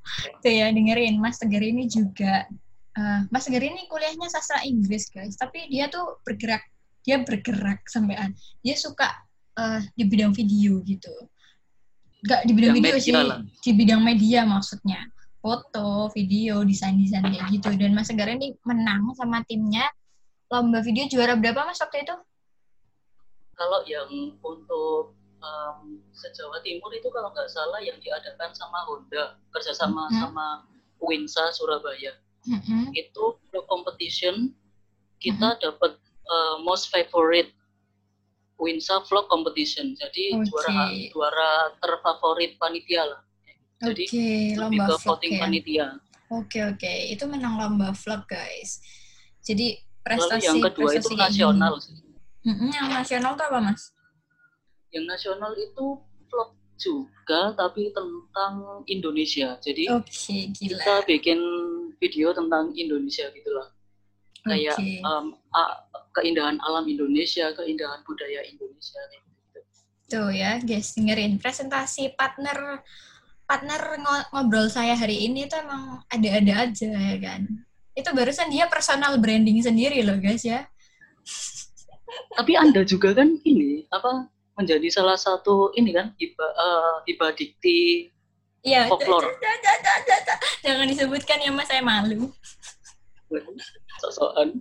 Tuh ya, dengerin. Mas Tegar ini juga, Mas Tegar ini kuliahnya sastra Inggris, guys. Tapi dia tuh bergerak sampean. Dia suka di bidang video gitu. Nggak di bidang Yang video media sih, lah. di bidang media maksudnya. Foto, video, desain-desain kayak gitu. Dan Mas Tegar ini menang sama timnya lomba video juara berapa Mas waktu itu? Kalau yang untuk se-Jawa Timur itu kalau nggak salah yang diadakan sama Honda kerjasama sama Winsa Surabaya. Itu pro competition kita dapat most favorite Winsa vlog competition. Jadi juara terfavorit panitia lah. Jadi lebih lomba ke vlog voting ya. panitia. Oke. Itu menang lomba vlog, guys. Jadi Lalu yang kedua itu prestasi nasional sih. Yang nasional tuh apa, Mas? Yang nasional itu vlog juga, tapi tentang Indonesia. Jadi kita bikin video tentang Indonesia gitulah. Kayak keindahan alam Indonesia, keindahan budaya Indonesia gitu. Tuh ya, guys, dengerin presentasi partner ngobrol saya hari ini tuh emang ada-ada aja ya kan. Itu barusan dia personal branding sendiri loh, guys ya. Tapi Anda juga kan ini menjadi salah satu ini kan hibah dikti folklore. Jangan disebutkan ya Mas, saya malu. Sosokan.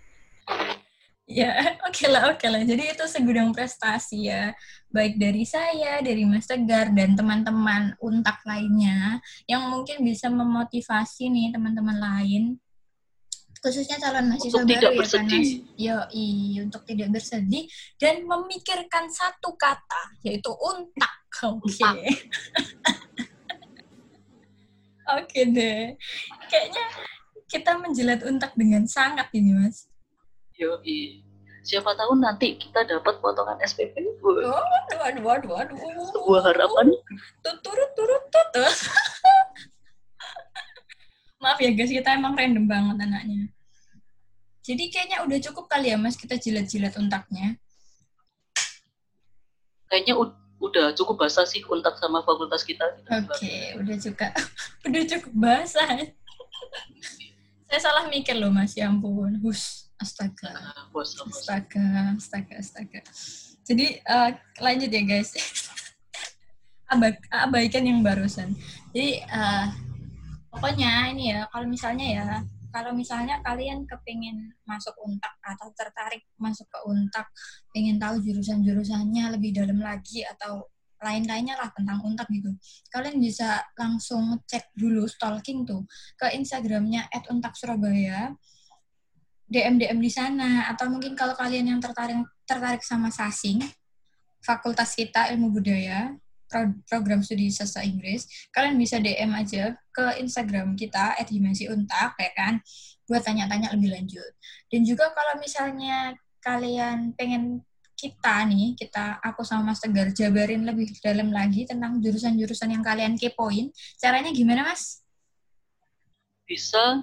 Ya, oke lah. Jadi itu segudang prestasi ya, baik dari saya, dari Mas Tegar, dan teman-teman untak lainnya yang mungkin bisa memotivasi nih teman-teman lain, khususnya calon mahasiswa baru ya kan Mas. Untuk tidak bersedih dan memikirkan satu kata, yaitu untak. Oke deh. Kayaknya kita menjilat untak dengan sangat ini, Mas. Siapa tahu nanti kita dapat potongan SPP. Waduh. Sebuah harapan. Turut. Maaf ya guys, kita emang random banget anaknya. Jadi kayaknya udah cukup kali ya Mas kita jilat-jilat untaknya. Kayaknya udah cukup basah sih untak sama fakultas kita. Oke, udah cukup basah. Saya salah mikir loh Mas, ya ampun. Astaga. Jadi lanjut ya guys. Abaikan yang barusan. Jadi pokoknya ini ya, kalau misalnya kalian kepingin masuk untak atau tertarik masuk ke untak, pengen tahu jurusan-jurusannya lebih dalam lagi atau lain-lainnya lah tentang untak gitu, kalian bisa langsung cek dulu, stalking tuh ke Instagramnya @untaksurabaya, DM di sana, atau mungkin kalau kalian yang tertarik sama Sasing, fakultas kita ilmu budaya, program studi sastra Inggris, kalian bisa DM aja ke Instagram kita @dimensiuntak ya kan, buat tanya-tanya lebih lanjut. Dan juga kalau misalnya kalian pengen aku sama Mas Tegar jabarin lebih dalam lagi tentang jurusan-jurusan yang kalian kepoin, caranya gimana Mas? Bisa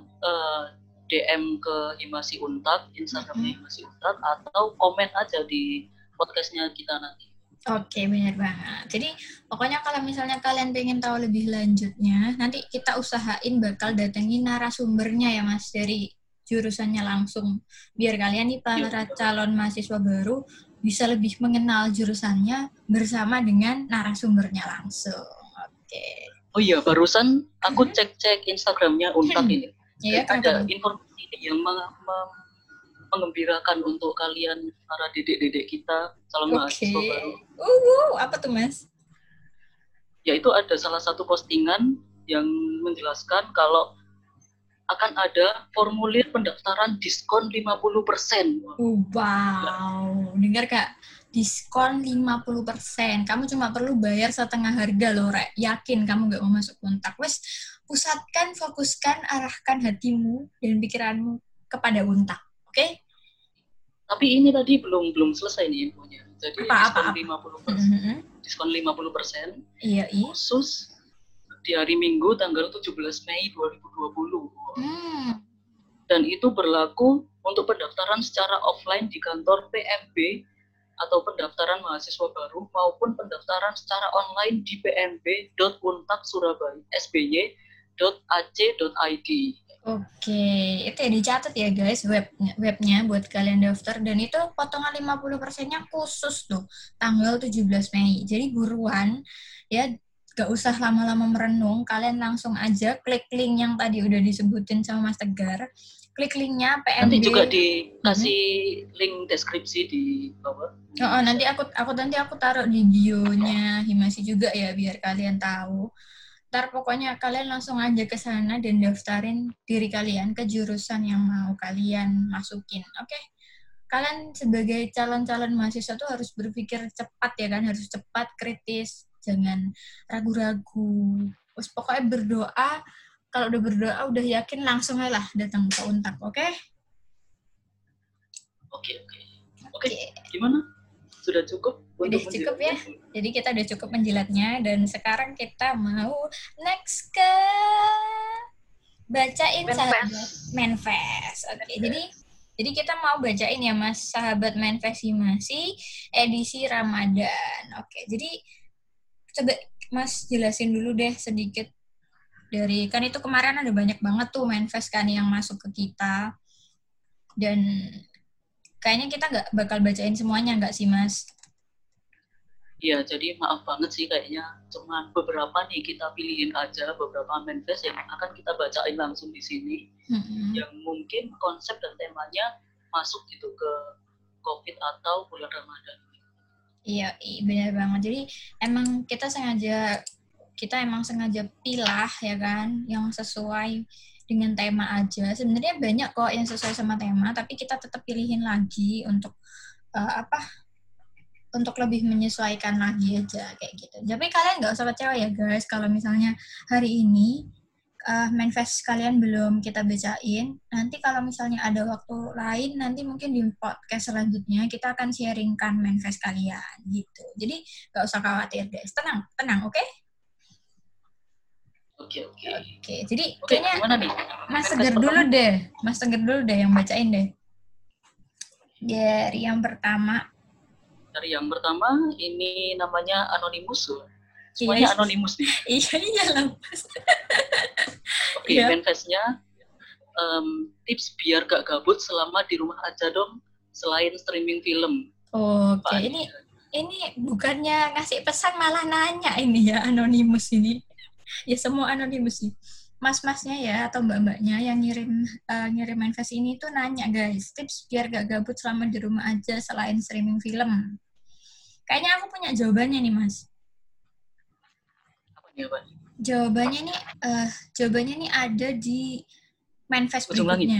DM ke Himasi Untak, Instagramnya Himasi Untak, atau komen aja di podcastnya kita nanti. Oke, benar banget. Jadi pokoknya kalau misalnya kalian pengen tahu lebih lanjutnya, nanti kita usahain bakal datengin narasumbernya ya Mas, dari jurusannya langsung. Biar kalian nih para calon mahasiswa baru bisa lebih mengenal jurusannya bersama dengan narasumbernya langsung. Oke. Oh iya, barusan aku cek Instagramnya Untak ini. Iya, ada informasi yang mengembirakan untuk kalian para didik-didik kita calon mahasiswa baru. Apa tuh Mas? Yaitu ada salah satu postingan yang menjelaskan kalau akan ada formulir pendaftaran diskon 50%. Wow, dengar Kak, diskon 50%. Kamu cuma perlu bayar setengah harga loh, Rek. Yakin kamu nggak mau masuk untak. Wes, pusatkan, fokuskan, arahkan hatimu dan pikiranmu kepada untak. Oke? Tapi ini tadi belum selesai nih infonya. Jadi apa? 50%. Diskon 50%. Iya. Khusus di hari Minggu tanggal 17 Mei 2020. Dan itu berlaku untuk pendaftaran secara offline di kantor PMB atau pendaftaran mahasiswa baru maupun pendaftaran secara online di pmb.untaksurabaya .ac.id. Oke, itu ya dicatat ya guys webnya buat kalian daftar, dan itu potongan 50%-nya khusus tuh tanggal 17 Mei. Jadi buruan ya, gak usah lama-lama merenung, kalian langsung aja klik link yang tadi udah disebutin sama Mas Tegar. Klik linknya PNB. Nanti juga dikasih link deskripsi di bawah. Nanti aku taruh di bio-nya Himasi juga ya, biar kalian tahu. Ntar pokoknya kalian langsung aja ke sana dan daftarin diri kalian ke jurusan yang mau kalian masukin. Oke? Kalian sebagai calon-calon mahasiswa tuh harus berpikir cepat ya kan, harus cepat, kritis, jangan ragu-ragu. Terus pokoknya berdoa, kalau udah berdoa udah yakin langsung aja lah datang ke Untak, oke? Oke. Gimana? Sudah cukup? Udah cukup ya. Jadi kita udah cukup menjilatnya, dan sekarang kita mau next ke bacain sahabat Manfest. Oke, jadi kita mau bacain ya Mas, sahabat Manfest Himasi edisi Ramadan. Oke, jadi coba Mas jelasin dulu deh sedikit dari, kan itu kemarin ada banyak banget tuh Manfest kan yang masuk ke kita, dan kayaknya kita nggak bakal bacain semuanya, nggak sih Mas? Iya, jadi maaf banget sih, kayaknya cuma beberapa nih kita pilihin aja, beberapa manifest yang akan kita bacain langsung di sini, yang mungkin konsep dan temanya masuk gitu ke COVID atau bulan Ramadan. Iya, benar banget. Jadi emang kita sengaja pilah ya kan, yang sesuai dengan tema aja. Sebenarnya banyak kok yang sesuai sama tema, tapi kita tetap pilihin lagi untuk untuk lebih menyesuaikan lagi aja kayak gitu. Tapi kalian nggak usah kecewa ya guys, kalau misalnya hari ini manifest kalian belum kita bacain. Nanti kalau misalnya ada waktu lain, nanti mungkin di podcast selanjutnya kita akan sharingkan manifest kalian gitu. Jadi nggak usah khawatir guys, tenang, oke? Oke. Jadi kayaknya Mas Tegar dulu deh yang bacain deh. Dari yang pertama ini namanya Anonymous. Semuanya anonimus nih. Iya lah Mas. Oke, manifestnya tips biar gak gabut selama di rumah aja dong, selain streaming film. Oke, ini bukannya ngasih pesan malah nanya ini ya, anonimus ini. Ya semua anonimus sih. Mas-masnya ya atau mbak-mbaknya yang ngirim manifest ini tuh nanya guys, tips biar gak gabut selama di rumah aja selain streaming film. Kayaknya aku punya jawabannya nih Mas. Apa jawabannya? Jawabannya nih ada di manifest berikutnya.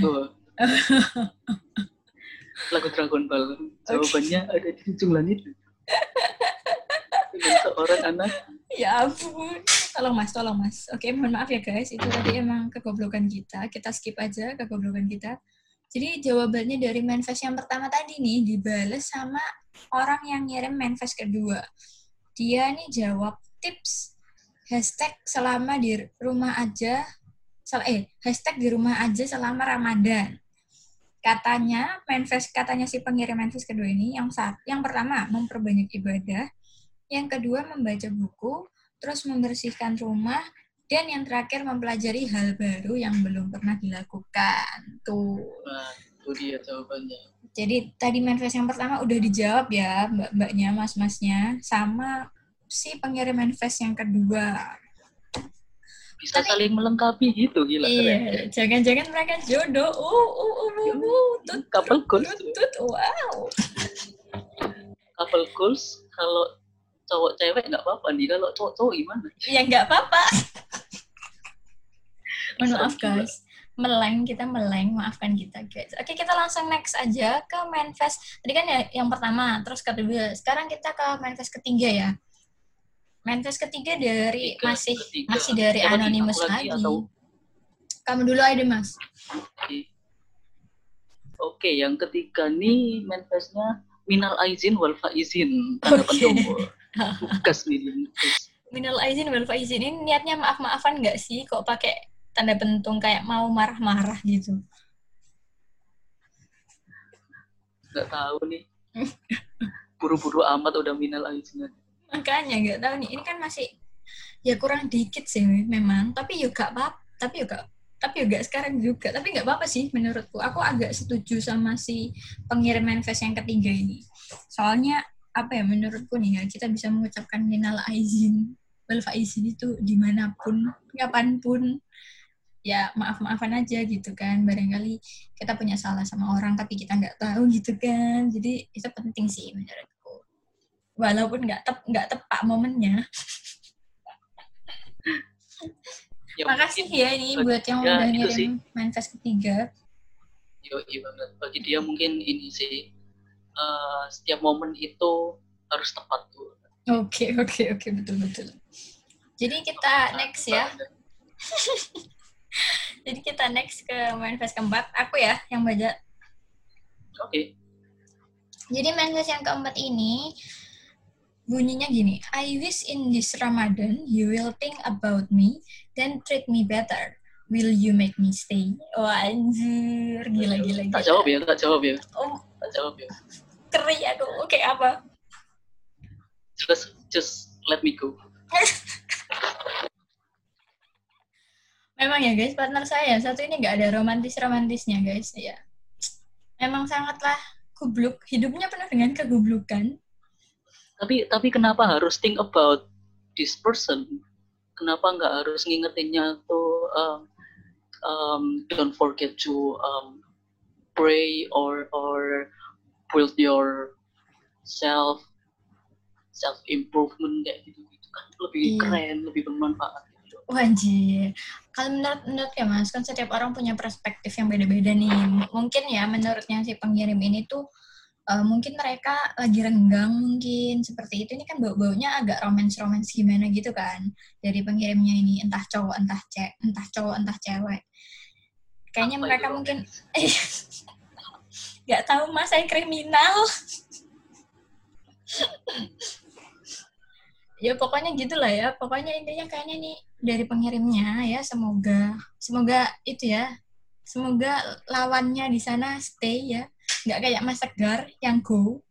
Lagu Dragon Ball. Jawabannya ada di ujung langit. Dengan seorang anak. Ya ampun. Tolong mas. Oke, mohon maaf ya guys. Itu tadi emang kegoblokan kita. Kita skip aja kegoblokan kita. Jadi jawabannya dari manifest yang pertama tadi nih dibales sama orang yang ngirim manifest kedua. Dia nih jawab tips hashtag selama di rumah aja hashtag di rumah aja selama Ramadan. Katanya si pengirim manifest kedua ini yang pertama memperbanyak ibadah, yang kedua membaca buku, terus membersihkan rumah, dan yang terakhir mempelajari hal baru yang belum pernah dilakukan. Tuh. Nah, itu dia jawabannya. Jadi tadi manifest yang pertama udah dijawab ya mbak-mbaknya, mas-masnya, sama si pengirim manifest yang kedua. Bisa saling melengkapi gitu, gila. Iya, jangan-jangan mereka jodoh. Couple goals. Wow. Couple goals kalau cowok cewek nggak apa-apa nih, kalau cowok gimana? Ya nggak apa-apa. Maaf guys, kita meleng, maafkan kita guys. Oke, kita langsung next aja ke manifest. Tadi kan ya yang pertama, terus kedua. Sekarang kita ke manifest ketiga ya. Manifest ketiga dari masih dari anonimus lagi. Kamu dulu aja Mas. Oke, yang ketiga nih manifestnya minal aizin wal faizin. Tanda pentung. Bukas nih. Minal aizin wal faizin ini niatnya maaf-maafan nggak sih? Kok pakai tanda pentung kayak mau marah-marah gitu? Nggak tahu nih. Buru-buru amat udah minal aizin. Makanya nggak tahu nih. Ini kan masih ya kurang dikit sih memang. Tapi ya nggak apa-apa. tapi juga sekarang juga. Tapi nggak apa-apa sih menurutku. Aku agak setuju sama si pengirim manifest yang ketiga ini. Soalnya apa ya, menurutku nih ya, kita bisa mengucapkan minal aizin wal faizin itu dimanapun, kapanpun. Ya maaf-maafan aja gitu kan. Barangkali kita punya salah sama orang tapi kita nggak tahu gitu kan. Jadi itu penting sih menurutku. Walaupun nggak tepat momennya. Ya, Makasih mungkin ya ini bagi buat yang dia udah itu sih. ngirim manifest ketiga. Iya banget. Bagi dia mungkin ini sih, setiap momen itu harus tepat tuh. Oke, betul. Jadi kita next ya. Jadi kita next ke manifest keempat. Aku ya yang baca. Oke. Jadi manifest yang keempat ini bunyinya gini. I wish in this Ramadan you will think about me then treat me better. Will you make me stay? Wah, anjir. Gila. Tak jawab ya. Oh, Tak jawab ya. keri aku. Oke, apa? Just let me go. Memang ya guys, partner saya satu ini nggak ada romantisnya guys. Ya. Memang sangatlah goblok. Hidupnya penuh dengan kegoblokan. Tapi kenapa harus think about this person? Kenapa nggak harus ngingetinnya tuh don't forget to pray or build your self improvement kayak gitu kan lebih keren, lebih bermanfaat. Anjir. Kalau menurut ya Mas, kan setiap orang punya perspektif yang beda-beda nih. Mungkin ya menurutnya si pengirim ini tuh mungkin mereka lagi renggang mungkin seperti itu. Ini kan bau-baunya agak romance gimana gitu kan. Dari pengirimnya ini entah cowok entah cewek. Kayaknya apa mereka mungkin nggak tahu Mas, saya kriminal. Ya pokoknya gitulah ya. Pokoknya intinya kayaknya nih dari pengirimnya ya, semoga itu ya. Semoga lawannya di sana stay ya. Nggak kayak Mas Tegar yang go.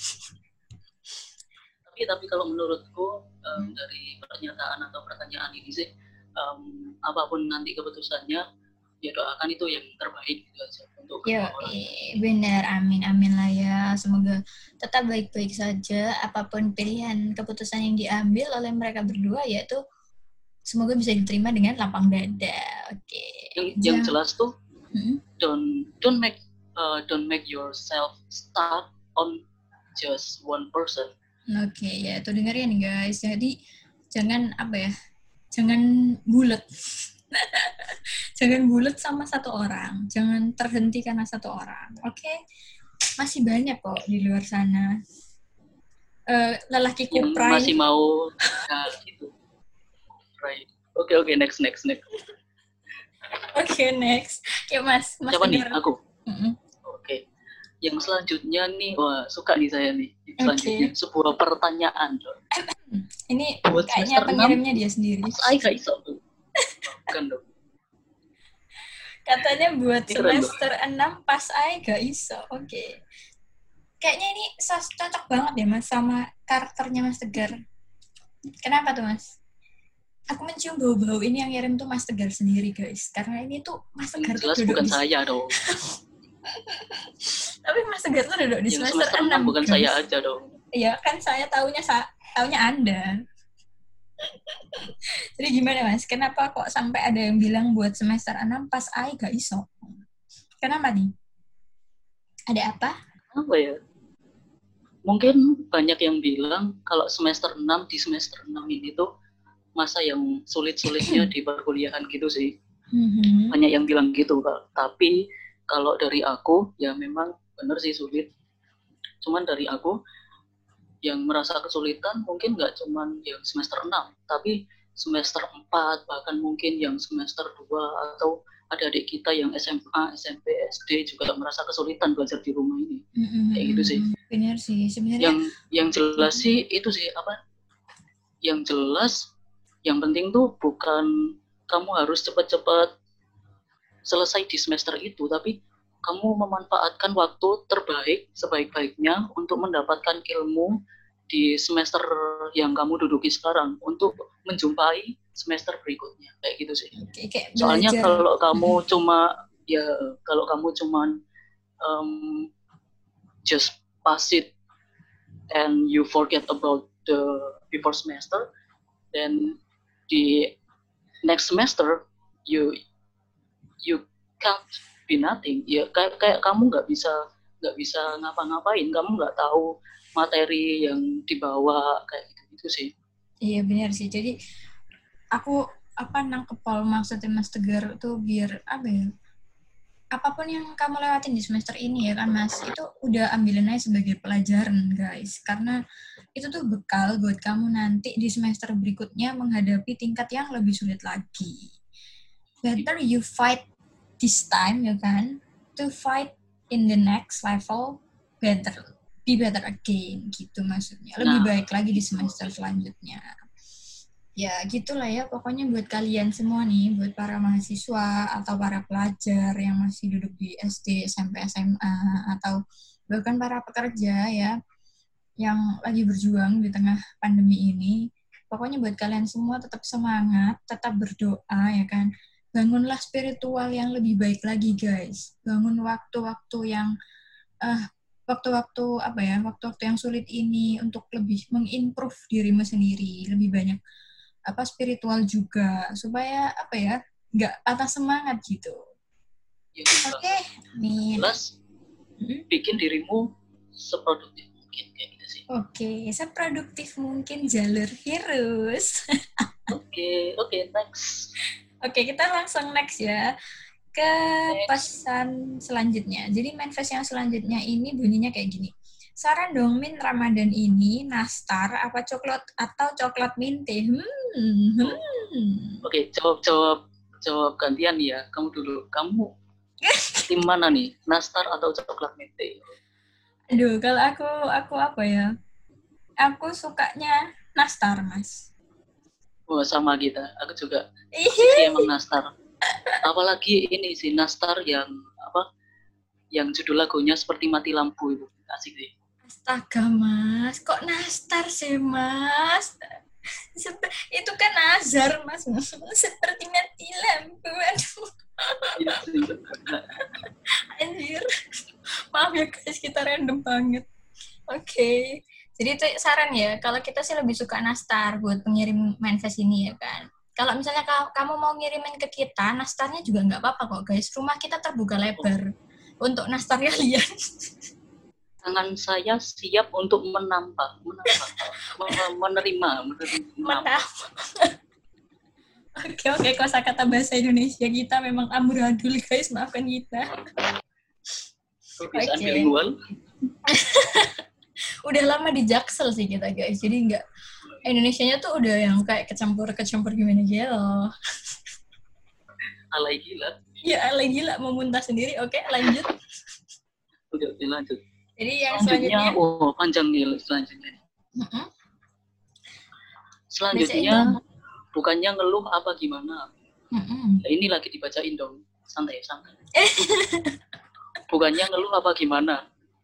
Tapi kalau menurutku dari pernyataan atau pertanyaan ini sih apapun nanti keputusannya ya doakan itu yang terbaik gitu aja untuk kedua orang. Benar, amin lah ya. Semoga tetap baik-baik saja apapun pilihan keputusan yang diambil oleh mereka berdua, yaitu semoga bisa diterima dengan lapang dada. Oke. Yang jelas tuh don't make yourself stuck on just one person. Oke, ya itu dengerin nih guys. Jadi jangan bulat. Jangan bulat sama satu orang. Jangan terhenti karena satu orang. Oke? Masih banyak kok di luar sana. Lelaki yang kuprai. Masih mau gitu. Right. Oke, next. Oke, next. Ya Mas siapa nih? Aku? Oke. Yang selanjutnya nih, wah suka nih saya nih. Selanjutnya sebuah pertanyaan. Ini kayaknya pengirimnya dia sendiri. Saya gak iso tuh. Bukan dong. Katanya buat semester 6 pas ay gak iso. Oke. Kayaknya ini cocok banget ya Mas sama karakternya Mas Tegar. Kenapa tuh Mas? Aku mencium bau-bau ini yang ngirim tuh Mas Tegar sendiri guys. Karena ini tuh Mas Tegar tuh jelas bukan saya dong. Tapi Mas Tegar tuh duduk di semester 6 bukan guys. Saya aja dong. Iya kan saya taunya Anda. Jadi gimana Mas? Kenapa kok sampai ada yang bilang buat semester 6 pas AI gak iso? Kenapa nih? Ada apa? Apa ya? Mungkin banyak yang bilang kalau semester 6 di semester 6 ini tuh masa yang sulit-sulitnya di perkuliahan gitu sih. Banyak yang bilang gitu Kak. Tapi kalau dari aku ya memang benar sih sulit. Cuman dari aku yang merasa kesulitan mungkin nggak cuman yang semester 6, tapi semester 4, bahkan mungkin yang semester 2, atau adik-adik kita yang SMA, SMP, SD juga merasa kesulitan belajar di rumah ini. Kayak gitu sih. Benar sih, sebenarnya. Yang jelas sih itu sih apa? Yang jelas, yang penting tuh bukan kamu harus cepat-cepat selesai di semester itu, tapi kamu memanfaatkan waktu terbaik sebaik-baiknya untuk mendapatkan ilmu di semester yang kamu duduki sekarang, untuk menjumpai semester berikutnya kayak gitu sih. Oke, kayak Soalnya belajar. kalau kamu cuman just pass it and you forget about the before semester, then di next semester you can't be nothing. Ya kayak kamu nggak bisa ngapa-ngapain, kamu nggak tahu materi yang dibawa kayak gitu sih. Iya benar sih. Jadi aku nangkep Paul maksudnya Mas Tegar tuh biar apa ya? Apapun yang kamu lewatin di semester ini ya kan Mas, itu udah ambilin aja sebagai pelajaran guys. Karena itu tuh bekal buat kamu nanti di semester berikutnya menghadapi tingkat yang lebih sulit lagi. Better you fight this time ya kan, to fight in the next level better, be better again gitu maksudnya. Lebih baik lagi di semester selanjutnya. Ya gitulah ya pokoknya buat kalian semua nih, buat para mahasiswa atau para pelajar yang masih duduk di SD, SMP, SMA atau bahkan para pekerja ya yang lagi berjuang di tengah pandemi ini. Pokoknya buat kalian semua tetap semangat, tetap berdoa ya kan. Bangunlah spiritual yang lebih baik lagi guys. Bangun waktu-waktu yang waktu-waktu yang sulit ini untuk lebih mengimprove dirimu sendiri, lebih banyak spiritual juga supaya nggak patah semangat gitu. Ya, Oke, nih. Plus bikin dirimu seproduktif mungkin kayak gitu sih. Oke, seproduktif mungkin jalur virus. Oke, next. Oke, kita langsung next ya ke pesan selanjutnya. Jadi manifest yang selanjutnya ini bunyinya kayak gini. Saran dong Min, Ramadan ini nastar apa coklat atau coklat minty? Oke, jawab gantian ya. Kamu dulu. Kamu tim mana nih? Nastar atau coklat minty? Aduh, kalau aku apa ya? Aku sukanya nastar, Mas. Oh, sama kita. Aku juga. Sih emang nastar. Apalagi ini sih nastar yang Yang judul lagunya seperti mati lampu itu. Asik sih. Astaga, Mas. Kok nastar sih, Mas? Itu kan azar, Mas. Seperti mati lampu. Aduh. Anjir. Maaf ya, guys. Kita random banget. Oke. Jadi itu saran ya. Kalau kita sih lebih suka nastar buat pengirim manifest ini ya kan. Kalau misalnya kamu mau ngirimin ke kita, nastarnya juga nggak apa-apa kok, guys. Rumah kita terbuka lebar untuk nastar kalian. Tangan saya siap untuk menerima. Oke, kosakata bahasa Indonesia kita memang amburadul, guys. Maafkan kita. Kebiasaan bilingual. Udah lama di Jaksel sih kita, guys. Jadi nggak Indonesianya tuh udah yang kayak kecampur gimana gitu. Alay gila. Ya, alay gila, mau muntah sendiri. Oke, lanjut. Oke, lanjut. Jadi yang selanjutnya panjang nih selanjutnya. Selanjutnya bukannya ngeluh apa gimana. Nah, ini lagi dibacain dong. Santai. Bukannya ngeluh apa gimana.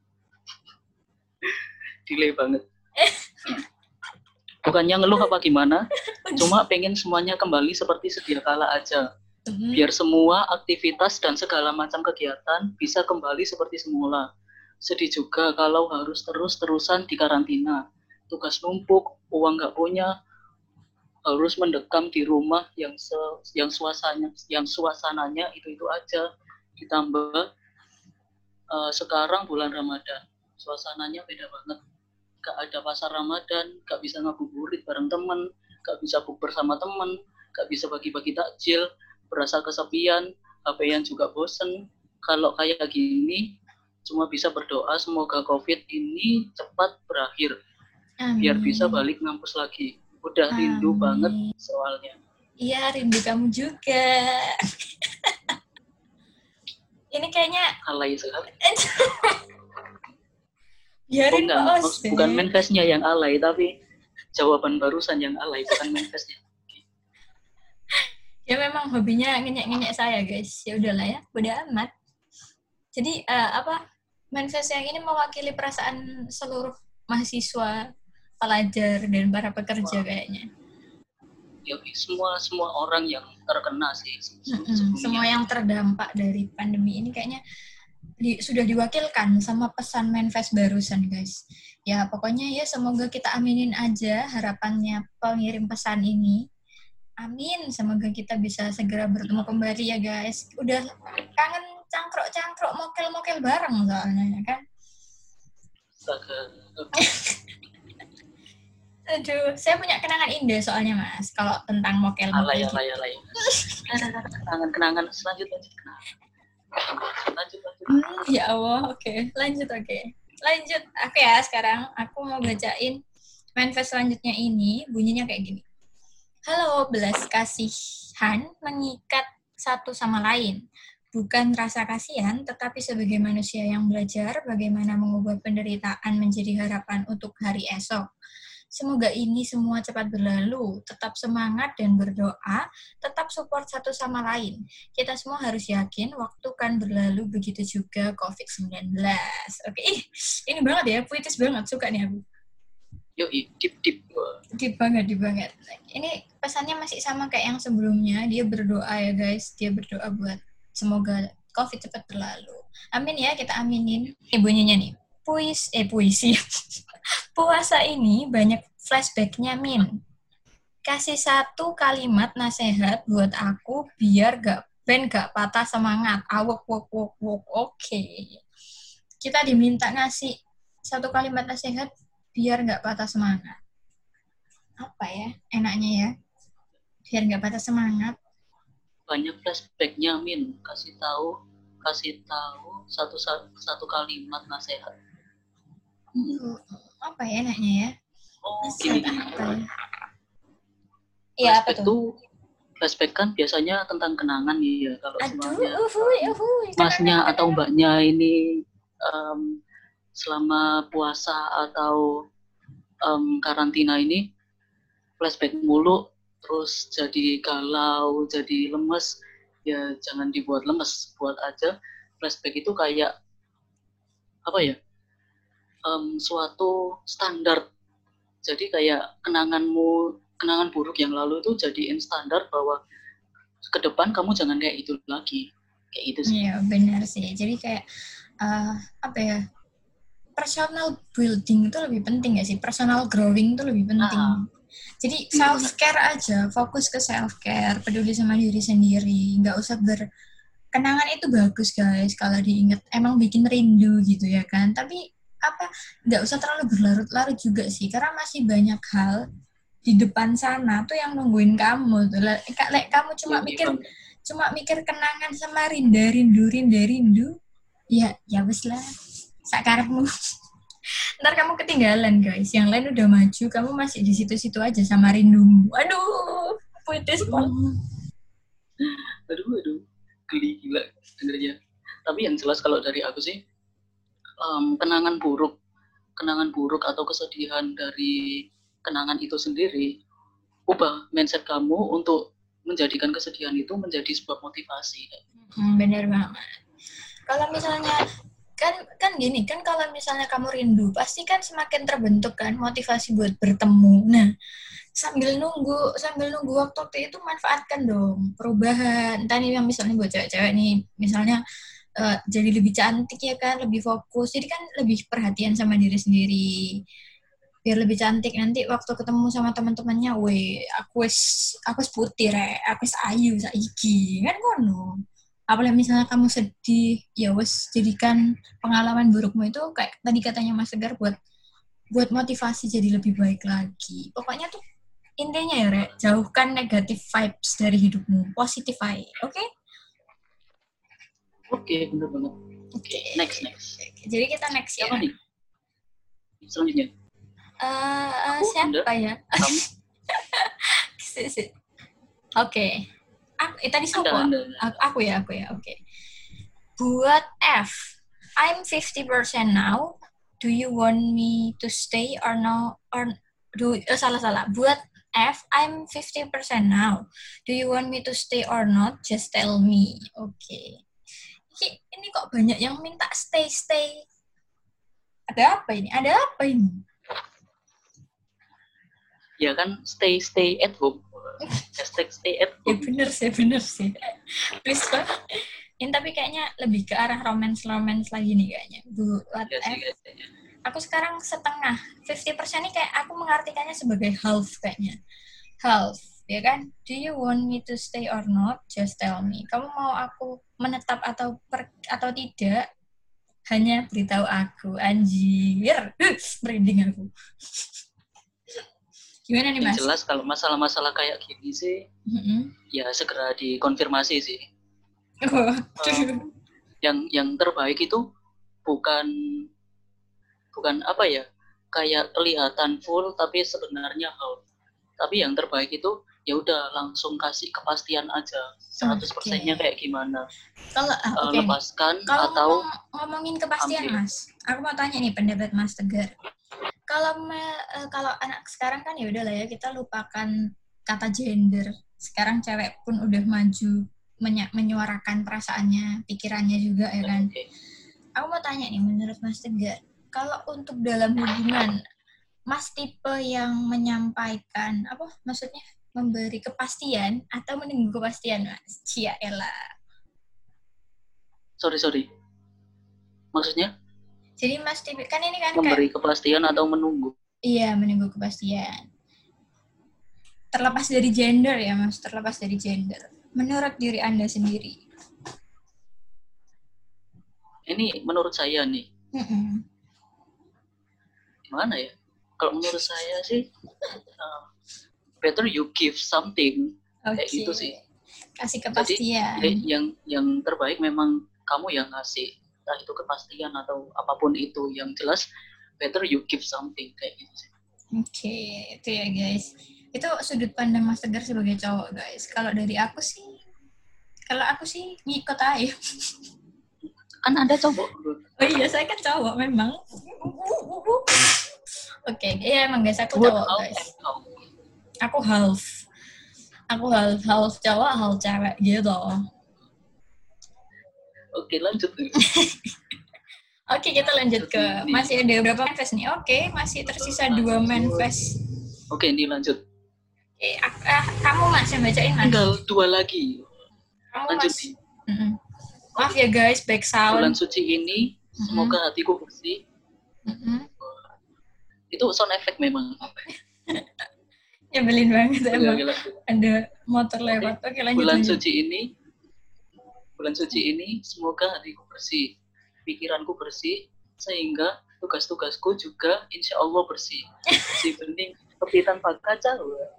Delay banget. Bukannya ngeluh apa gimana, cuma pengen semuanya kembali seperti sedia kala aja. Biar semua aktivitas dan segala macam kegiatan bisa kembali seperti semula. Sedih juga kalau harus terus-terusan di karantina. Tugas numpuk, uang nggak punya, harus mendekam di rumah yang suasananya itu aja. Ditambah sekarang bulan Ramadan, suasananya beda banget. Gak ada pasar Ramadan, gak bisa ngabuburit bareng temen, gak bisa bukber sama temen, gak bisa bagi-bagi takjil, berasa kesepian, HP-an juga bosen. Kalau kayak gini, cuma bisa berdoa semoga COVID ini cepat berakhir. Biar bisa balik ngampus lagi. Udah rindu banget soalnya. Iya, rindu kamu juga. Ini kayaknya alay sekali. Biarin bukan manifestnya yang alay, tapi jawaban barusan yang alay, bukan manifestnya. Ya memang hobinya ngenyek-ngenyek saya, guys. Ya udahlah ya, udah amat. Jadi manifest yang ini mewakili perasaan seluruh mahasiswa, pelajar dan para pekerja kayaknya. ya semua orang yang terkena sih Semua yang terdampak dari pandemi ini kayaknya sudah diwakilkan sama pesan manifest barusan, guys. Ya, pokoknya ya semoga kita aminin aja harapannya pengirim pesan ini. Amin, semoga kita bisa segera bertemu kembali ya, guys. Udah kangen cangkrok-cangkrok, mokel-mokel bareng soalnya, ya kan? Aduh, saya punya kenangan indah soalnya, Mas, kalau tentang mokel-mokel. Alay. Kenangan lanjut. Ya Allah, oke. Lanjut. Oke ya, sekarang aku mau bacain manifest selanjutnya ini. Bunyinya kayak gini. Halo, belas kasihan mengikat satu sama lain. Bukan rasa kasihan, tetapi sebagai manusia yang belajar bagaimana mengubah penderitaan menjadi harapan untuk hari esok. Semoga ini semua cepat berlalu. Tetap semangat dan berdoa, tetap support satu sama lain. Kita semua harus yakin waktu kan berlalu, begitu juga COVID-19. Oke, ini banget ya, puitis banget, suka nih aku. Yoi, deep. Deep banget. Ini pesannya masih sama kayak yang sebelumnya. Dia berdoa ya guys, dia berdoa buat semoga COVID cepat berlalu. Amin ya, kita aminin. Bunyinya nih, puisi. Puasa ini banyak flashbacknya, Min. Kasih satu kalimat nasihat buat aku biar gak patah semangat. Awok. Oke. Kita diminta ngasih satu kalimat nasihat biar gak patah semangat. Apa ya enaknya ya? Biar gak patah semangat. Banyak flashbacknya, Min. Kasih tahu satu kalimat nasihat. Apa ya enaknya ya? Gini. Iya, apa tuh? Flashback kan biasanya tentang kenangan ya. Kalau semuanya masnya kenangan. atau mbaknya ini selama puasa atau karantina ini flashback mulu, terus jadi galau, jadi lemes. Ya jangan dibuat lemes, buat aja flashback itu kayak apa ya? Suatu standar. Jadi kayak kenangan buruk yang lalu itu jadiin standar bahwa ke depan kamu jangan kayak itu lagi. Kayak itu sih. Iya, benar sih. Jadi kayak apa ya? Personal building itu lebih penting gak sih? Personal growing itu lebih penting. Jadi self-care aja, fokus ke self-care, peduli sama diri sendiri. Nggak usah kenangan itu bagus guys, kalau diingat emang bikin rindu gitu ya kan. Tapi nggak usah terlalu berlarut-larut juga sih, karena masih banyak hal di depan sana tuh yang nungguin kamu tuh. Kamu cuma mikir kenangan sama rindu, ya wes lah, sakarepmu. Ntar kamu ketinggalan guys, yang lain udah maju, kamu masih di situ-situ aja sama rindumu. Aduh, puitis banget. Aduh, gila dengernya. Tapi yang jelas kalau dari aku sih, kenangan buruk atau kesedihan dari kenangan itu sendiri, ubah mindset kamu untuk menjadikan kesedihan itu menjadi sebuah motivasi. Bener banget. Kalau misalnya kan gini kan, kalau misalnya kamu rindu pasti kan semakin terbentuk kan motivasi buat bertemu. Nah, sambil nunggu waktu itu manfaatkan dong perubahan. Entah nih yang misalnya buat cewek-cewek nih, misalnya jadi lebih cantik ya kan, lebih fokus, jadi kan lebih perhatian sama diri sendiri biar lebih cantik. Nanti waktu ketemu sama teman-temannya, aku putih aku ayu saiki kan kono. Apalagi misalnya kamu sedih, ya wes jadikan pengalaman burukmu itu kayak tadi katanya Mas Segar buat motivasi jadi lebih baik lagi. Pokoknya tuh intinya ya Rek, jauhkan negatif vibes dari hidupmu, positive vibe, oke? Oke, bener banget. Oke, next. Jadi kita next ya. Siapa nih? Selanjutnya. Siapa ya? Oke. Tadi siapa? Aku ya. Oke. Buat F, I'm 50% now. Do you want me to stay or no? Salah. Buat F, I'm 50% now. Do you want me to stay or not? Just tell me. Oke. Ini kok banyak yang minta stay. Ada apa ini? Ya kan, stay at home. #stay at Ya home. bener sih. Please lah. Ini tapi kayaknya lebih ke arah romance lagi nih kayaknya. What Ya sih if? kayaknya. Aku sekarang setengah. 50% ini kayak aku mengartikannya sebagai half kayaknya. Half, ya kan? Do you want me to stay or not? Just tell me. Kamu mau aku menetap atau tidak? Hanya beritahu aku. Anjir. Merinding aku. Gimana nih, Mas? Yang jelas kalau masalah-masalah kayak gini sih, ya segera dikonfirmasi sih. Yang terbaik itu bukan apa ya, kayak kelihatan full tapi sebenarnya half. Tapi yang terbaik itu ya udah langsung kasih kepastian aja 100%-nya kayak gimana. Kalau lepaskan kalau atau ngomongin kepastian ambil. Mas, aku mau tanya nih pendapat Mas Tegar. Kalau anak sekarang kan ya udahlah ya, kita lupakan kata gender. Sekarang cewek pun udah maju menyuarakan perasaannya, pikirannya juga ya kan. Okay. Aku mau tanya nih, menurut Mas Tegar, kalau untuk dalam hubungan, Mas tipe yang menyampaikan apa maksudnya memberi kepastian atau menunggu kepastian, Mas? Cia elah. Sorry. Maksudnya? Jadi Mas tipe kan ini kan memberi kepastian atau menunggu? Iya, menunggu kepastian. Terlepas dari gender ya, Mas, terlepas dari gender. Menurut diri Anda sendiri. Ini menurut saya nih. Gimana ya? Kalau menurut saya sih better you give something. Kayak gitu sih. Kasih kepastian. Jadi yang terbaik memang kamu yang ngasih, entah itu kepastian atau apapun itu, yang jelas better you give something kayak gitu sih. Oke, itu ya guys. Itu sudut pandang Mas Tegar sebagai cowok guys. Kalau aku sih ngikut aja. Kan Anda cowok. Oh iya, saya kan cowok memang. Oke, iya emang guys, aku cowok guys. Aku half cowok, half cewek gitu. Oke, lanjut. Oke, kita lanjut ke masih ada berapa manifest nih? Oke, masih tersisa 2 manifest. Oke, ini lanjut. Kamu Mas yang bacain, Mas. Tinggal 2 lagi. Lanjut. Maaf ya guys, back sound. Bulan suci ini, semoga hatiku bersih. Itu sound effect memang. Nyebelin banget emang. Ada motor lewat. Oke, lanjut. Bulan suci ini, semoga hatiku bersih, pikiranku bersih, sehingga tugas-tugasku juga insya Allah bersih. Si bening seperti tanpa kaca.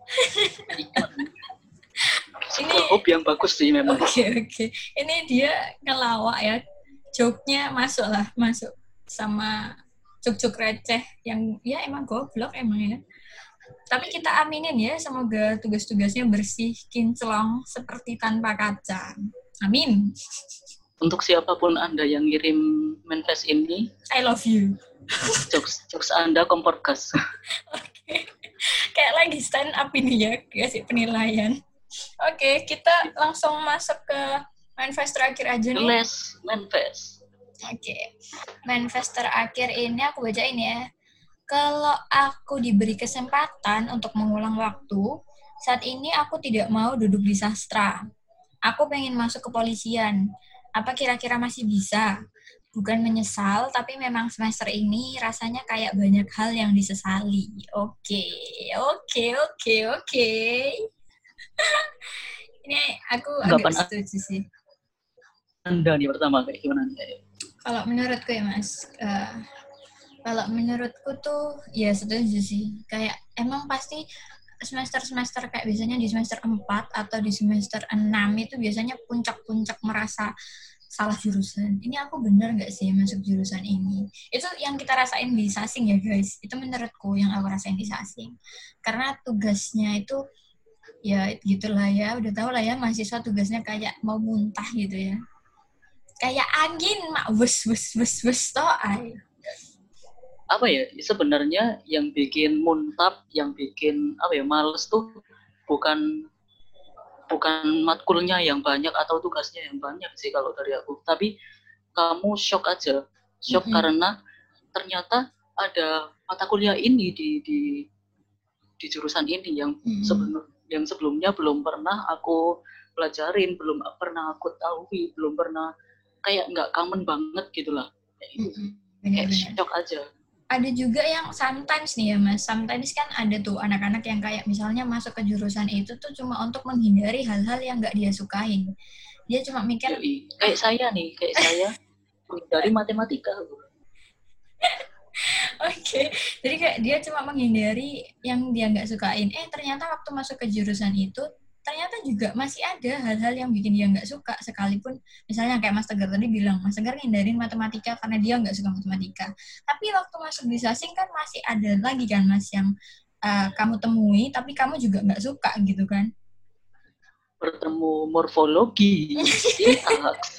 Sebuah hobi yang bagus sih memang. Oke. Ini dia ngelawak ya. Joke-nya masuk sama cuk-cuk receh yang ya emang goblok emang ya. Tapi kita aminin ya, semoga tugas-tugasnya bersih, kinclong, seperti tanpa kaca. Amin. Untuk siapapun Anda yang ngirim manifest ini, I love you. Jokes Anda kompor gas. Oke. Kayak lagi stand up ini ya, kasih penilaian. Oke, kita langsung masuk ke manifest terakhir aja nih. Last manifest. Oke. Manifest terakhir ini aku bacain ya. Kalau aku diberi kesempatan untuk mengulang waktu, saat ini aku tidak mau duduk di sastra. Aku pengen masuk ke kepolisian. Apa kira-kira masih bisa? Bukan menyesal, tapi memang semester ini rasanya kayak banyak hal yang disesali. Oke. Ini aku agak setuju sih. Anda nih pertama, kayak gimana? Kalau menurutku ya Mas, kalau menurutku tuh ya setuju sih. Kayak emang pasti semester-semester kayak biasanya di semester 4 atau di semester 6 itu biasanya puncak-puncak merasa salah jurusan. Ini aku bener nggak sih masuk jurusan ini? Itu yang kita rasain di Sasing ya guys. Itu menurutku yang aku rasain di Sasing. Karena tugasnya itu ya gitulah ya. Udah tau lah ya mahasiswa tugasnya kayak mau muntah gitu ya. Kayak angin mak wes toh ay. Apa ya, sebenarnya yang bikin muntap, yang bikin males tuh bukan matkulnya yang banyak atau tugasnya yang banyak sih kalau dari aku, tapi kamu shock aja, karena ternyata ada mata kuliah ini di jurusan ini yang yang sebelumnya belum pernah aku pelajarin, belum pernah aku tahu, belum pernah, kayak nggak common banget gitu lah. Kayak gitu. Kayak shock aja. Ada juga yang sometimes nih ya Mas, sometimes kan ada tuh anak-anak yang kayak misalnya masuk ke jurusan itu tuh cuma untuk menghindari hal-hal yang nggak dia sukain. Dia cuma mikir, kayak saya menghindari matematika. Oke, jadi kayak dia cuma menghindari yang dia nggak sukain. Ternyata waktu masuk ke jurusan itu, ternyata juga masih ada hal-hal yang bikin dia nggak suka. Sekalipun misalnya kayak Mas Tegar tadi bilang, Mas Tegar ngindarin matematika karena dia nggak suka matematika. Tapi waktu masuk di Sasing kan masih ada lagi kan Mas yang kamu temui, tapi kamu juga nggak suka gitu kan. Bertemu morfologi, sintaks.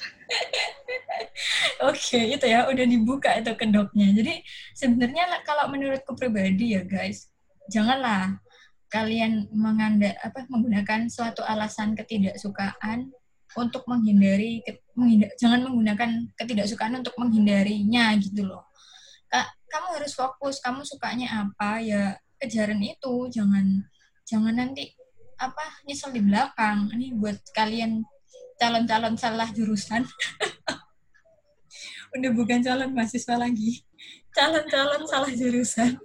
Oke, itu ya udah dibuka itu kedoknya. Jadi sebenarnya kalau menurutku pribadi ya guys, janganlah kalian menggunakan suatu alasan ketidaksukaan untuk jangan menggunakan ketidaksukaan untuk menghindarinya gitu loh. Kamu harus fokus, kamu sukanya apa ya kejaran itu, jangan nanti nyesel di belakang. Ini buat kalian calon-calon salah jurusan. Udah bukan calon mahasiswa lagi, calon-calon salah jurusan.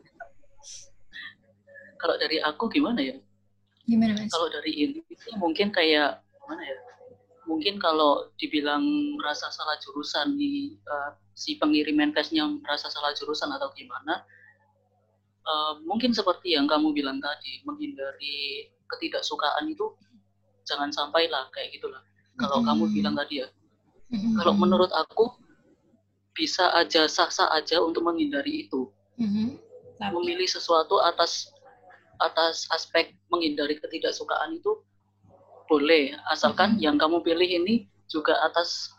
Kalau dari aku gimana ya? Gimana Mas? Kalau dari ini mungkin kayak mana ya? Mungkin kalau dibilang merasa salah jurusan si pengirim manifestnya merasa salah jurusan atau gimana, mungkin seperti yang kamu bilang tadi, menghindari ketidaksukaan itu jangan sampai lah kayak gitulah. Kalau kamu bilang tadi ya, kalau menurut aku bisa aja sah-sah aja untuk menghindari itu. Memilih sesuatu atas aspek menghindari ketidaksukaan itu boleh, asalkan yang kamu pilih ini juga atas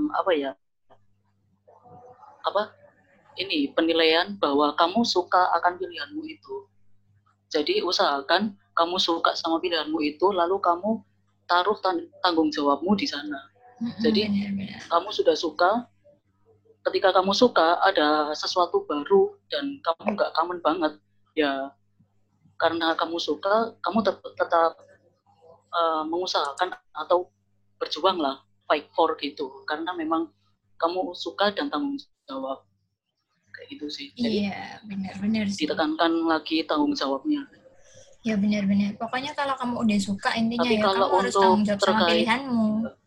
penilaian bahwa kamu suka akan pilihanmu itu. Jadi usahakan kamu suka sama pilihanmu itu, lalu kamu taruh tanggung jawabmu di sana. Jadi kamu sudah suka, ketika kamu suka ada sesuatu baru dan kamu nggak common banget, ya karena kamu suka, kamu tetap mengusahakan atau berjuang lah, fight for gitu, karena memang kamu suka dan tanggung jawab kayak gitu sih. Jadi benar ditekankan lagi tanggung jawabnya. Ya benar-benar. Pokoknya kalau kamu udah suka intinya tapi ya kalau kamu harus tanggung jawab sama pilihanmu.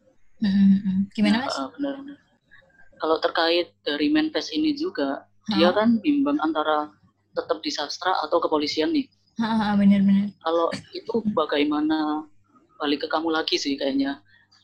Gimana Mas? Benar. Kalau terkait dari manifest ini juga, dia kan bimbang antara tetap di sastra atau kepolisian nih. Benar-benar. Kalau itu bagaimana, balik ke kamu lagi sih kayaknya.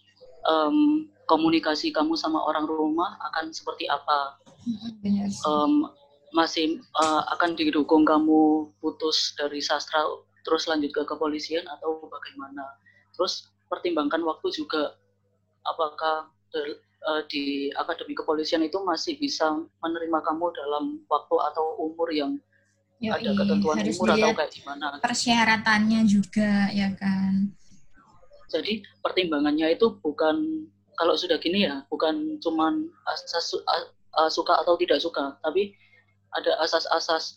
Komunikasi kamu sama orang rumah akan seperti apa? Benar. Masih akan didukung kamu putus dari sastra terus lanjut ke kepolisian atau bagaimana? Terus pertimbangkan waktu juga, apakah di akademi kepolisian itu masih bisa menerima kamu dalam waktu atau umur yang ada ketentuan umur atau kayak gimana? Persyaratannya juga ya kan. Jadi pertimbangannya itu bukan, kalau sudah gini ya, bukan cuman asas suka atau tidak suka, tapi ada asas-asas.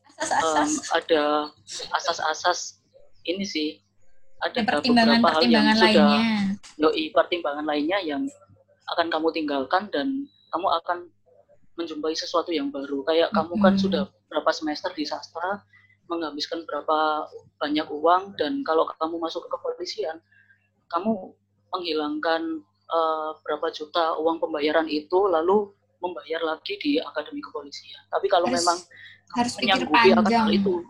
Ada asas-asas ini sih, ada beberapa hal yang sudah pertimbangan lainnya yang akan kamu tinggalkan dan kamu akan menjumpai sesuatu yang baru. Kayak kamu kan sudah berapa semester di sastra, menghabiskan berapa banyak uang, dan kalau kamu masuk ke kepolisian, kamu menghilangkan berapa juta uang pembayaran itu, lalu membayar lagi di akademi kepolisian. Tapi kalau memang harus menyanggupi akan hal itu,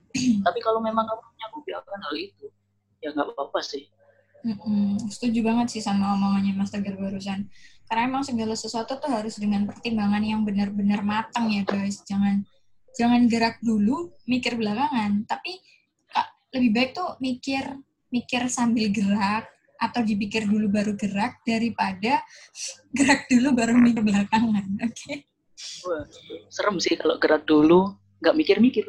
ya nggak apa-apa sih. Setuju banget sih sama omongannya Mas Tegar barusan. Karena emang segala sesuatu tuh harus dengan pertimbangan yang benar-benar matang ya guys. Jangan gerak dulu, mikir belakangan. Tapi lebih baik tuh mikir sambil gerak, atau dipikir dulu baru gerak, daripada gerak dulu baru mikir belakangan. Oke? Wah, serem sih kalau gerak dulu nggak mikir-mikir.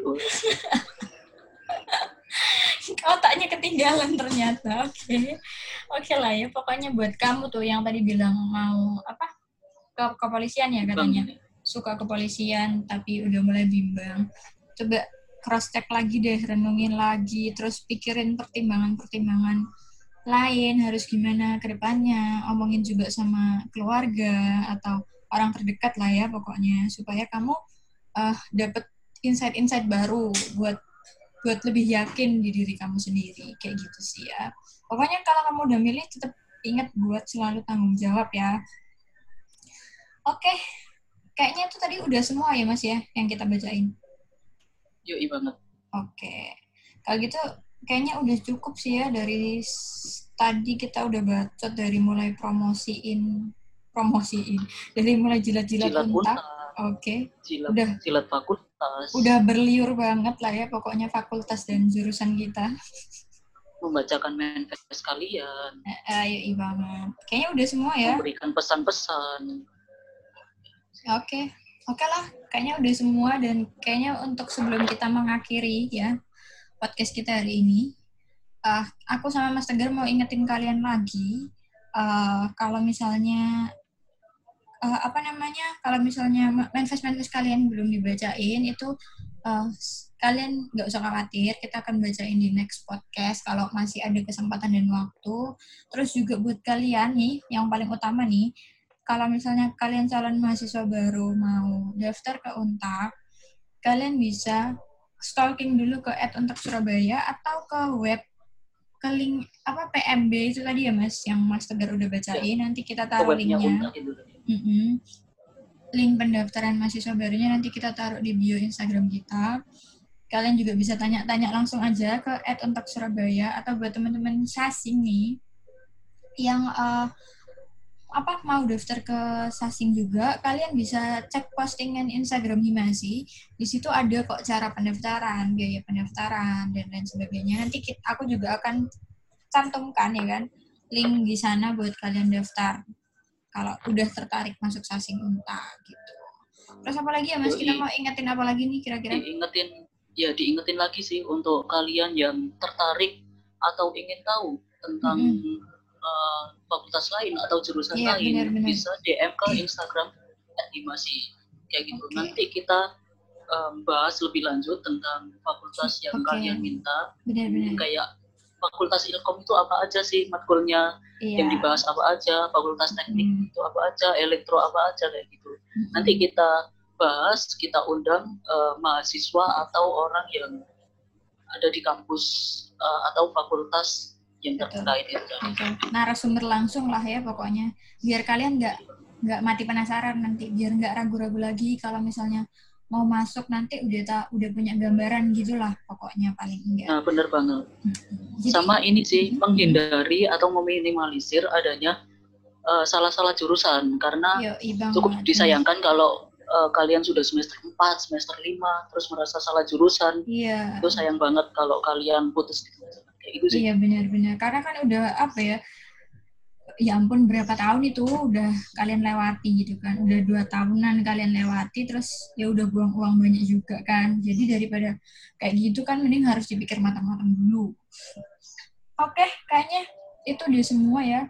Otaknya ketinggalan ternyata. Oke lah ya, pokoknya buat kamu tuh yang tadi bilang mau ke kepolisian ya katanya, suka kepolisian tapi udah mulai bimbang, coba cross check lagi deh, renungin lagi, terus pikirin pertimbangan-pertimbangan lain harus gimana ke depannya, omongin juga sama keluarga atau orang terdekat lah ya pokoknya, supaya kamu dapet insight-insight baru buat lebih yakin di diri kamu sendiri, kayak gitu sih ya. Pokoknya kalau kamu udah milih, tetap ingat buat selalu tanggung jawab ya. Oke, kayaknya itu tadi udah semua ya Mas ya, yang kita bacain. Yoi banget. Oke, kalau gitu kayaknya udah cukup sih ya, dari tadi kita udah bacot dari mulai promosiin, dari mulai jilat-jilat untak. Oke, jilat fakultas. Udah berliur banget lah ya pokoknya fakultas dan jurusan kita. Membacakan manifest kalian. Iya banget. Kayaknya udah semua ya. Memberikan pesan-pesan. Oke lah. Kayaknya udah semua, dan kayaknya untuk sebelum kita mengakhiri ya podcast kita hari ini, aku sama Mas Tegar mau ingetin kalian lagi, kalau misalnya kalau misalnya manifest kalian belum dibacain itu, kalian nggak usah khawatir, kita akan bacain di next podcast kalau masih ada kesempatan dan waktu. Terus juga buat kalian nih, yang paling utama nih, kalau misalnya kalian calon mahasiswa baru mau daftar ke Untak, kalian bisa stalking dulu ke @untak_surabaya atau ke web, ke link PMB itu tadi ya Mas, yang Mas Tegar udah bacain. Nanti kita taruh linknya. Link pendaftaran mahasiswa barunya nanti kita taruh di bio Instagram kita. Kalian juga bisa tanya-tanya langsung aja ke @untak_surabaya, atau buat teman-teman Sasing nih yang mau daftar ke Sasing juga, kalian bisa cek postingan Instagram Himasi. Di situ ada kok cara pendaftaran, biaya pendaftaran, dan lain sebagainya. Nanti aku juga akan cantumkan ya kan link di sana buat kalian daftar kalau udah tertarik masuk Sasing Untak gitu. Terus apa lagi ya Mas? Kita mau ingetin apa lagi nih kira-kira? Diingetin lagi sih untuk kalian yang tertarik atau ingin tahu tentang fakultas lain atau jurusan lain, benar. Bisa DM ke Instagram @himasi kayak gitu. Okay. Nanti kita bahas lebih lanjut tentang fakultas yang kalian minta. Benar. Kayak fakultas ilkom itu apa aja sih matkulnya, yang dibahas apa aja, fakultas teknik itu apa aja, elektro apa aja, kayak gitu. Nanti kita bahas, kita undang mahasiswa atau orang yang ada di kampus atau fakultas yang terkait itu. Narasumber langsung lah ya pokoknya, biar kalian nggak mati penasaran nanti, biar nggak ragu-ragu lagi kalau misalnya mau masuk nanti udah punya gambaran gitulah pokoknya, paling enggak. Nah, benar banget. Sama ini sih, menghindari atau meminimalisir adanya salah-salah jurusan, karena cukup disayangkan kalau kalian sudah semester 4, semester 5 terus merasa salah jurusan. Itu sayang banget kalau kalian putus kayak gitu sih. Iya benar, karena kan udah ya ampun berapa tahun itu udah kalian lewati gitu kan, udah 2 tahunan kalian lewati, terus ya udah buang uang banyak juga kan. Jadi daripada kayak gitu kan, mending harus dipikir matang-matang dulu. Oke, kayaknya itu udah semua ya.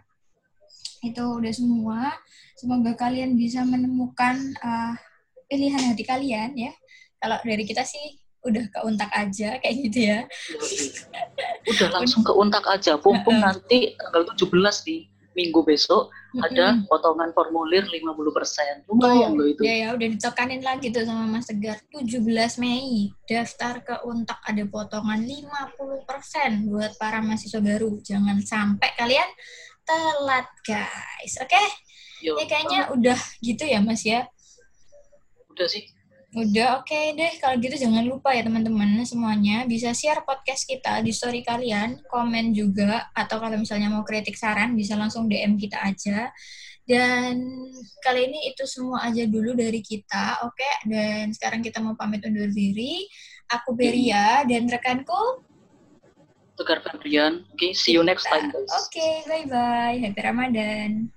Semoga kalian bisa menemukan pilihan hati kalian ya. Kalau dari kita sih udah ke Untak aja kayak gitu ya. Udah langsung ke Untak aja. Pumpung nanti tanggal 17 nih, minggu besok ada potongan formulir 50%. Lumayan loh itu. Ya udah ditokanin lagi tuh sama Mas Tegar. 17 Mei daftar ke Untak ada potongan 50% buat para mahasiswa baru. Jangan sampai kalian telat guys. Oke? Ya kayaknya udah gitu ya Mas ya. Udah sih. Udah, oke deh. Kalau gitu jangan lupa ya teman-teman semuanya bisa share podcast kita di story kalian, komen juga, atau kalau misalnya mau kritik saran bisa langsung DM kita aja. Dan kali ini itu semua aja dulu dari kita, oke? Dan sekarang kita mau pamit undur diri. Aku Beria dan rekanku Tegar Febrian. Oke, see you next time guys. Oke, bye-bye. Happy Ramadan.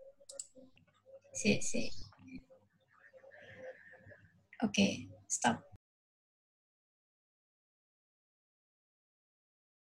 See. Okay, stop.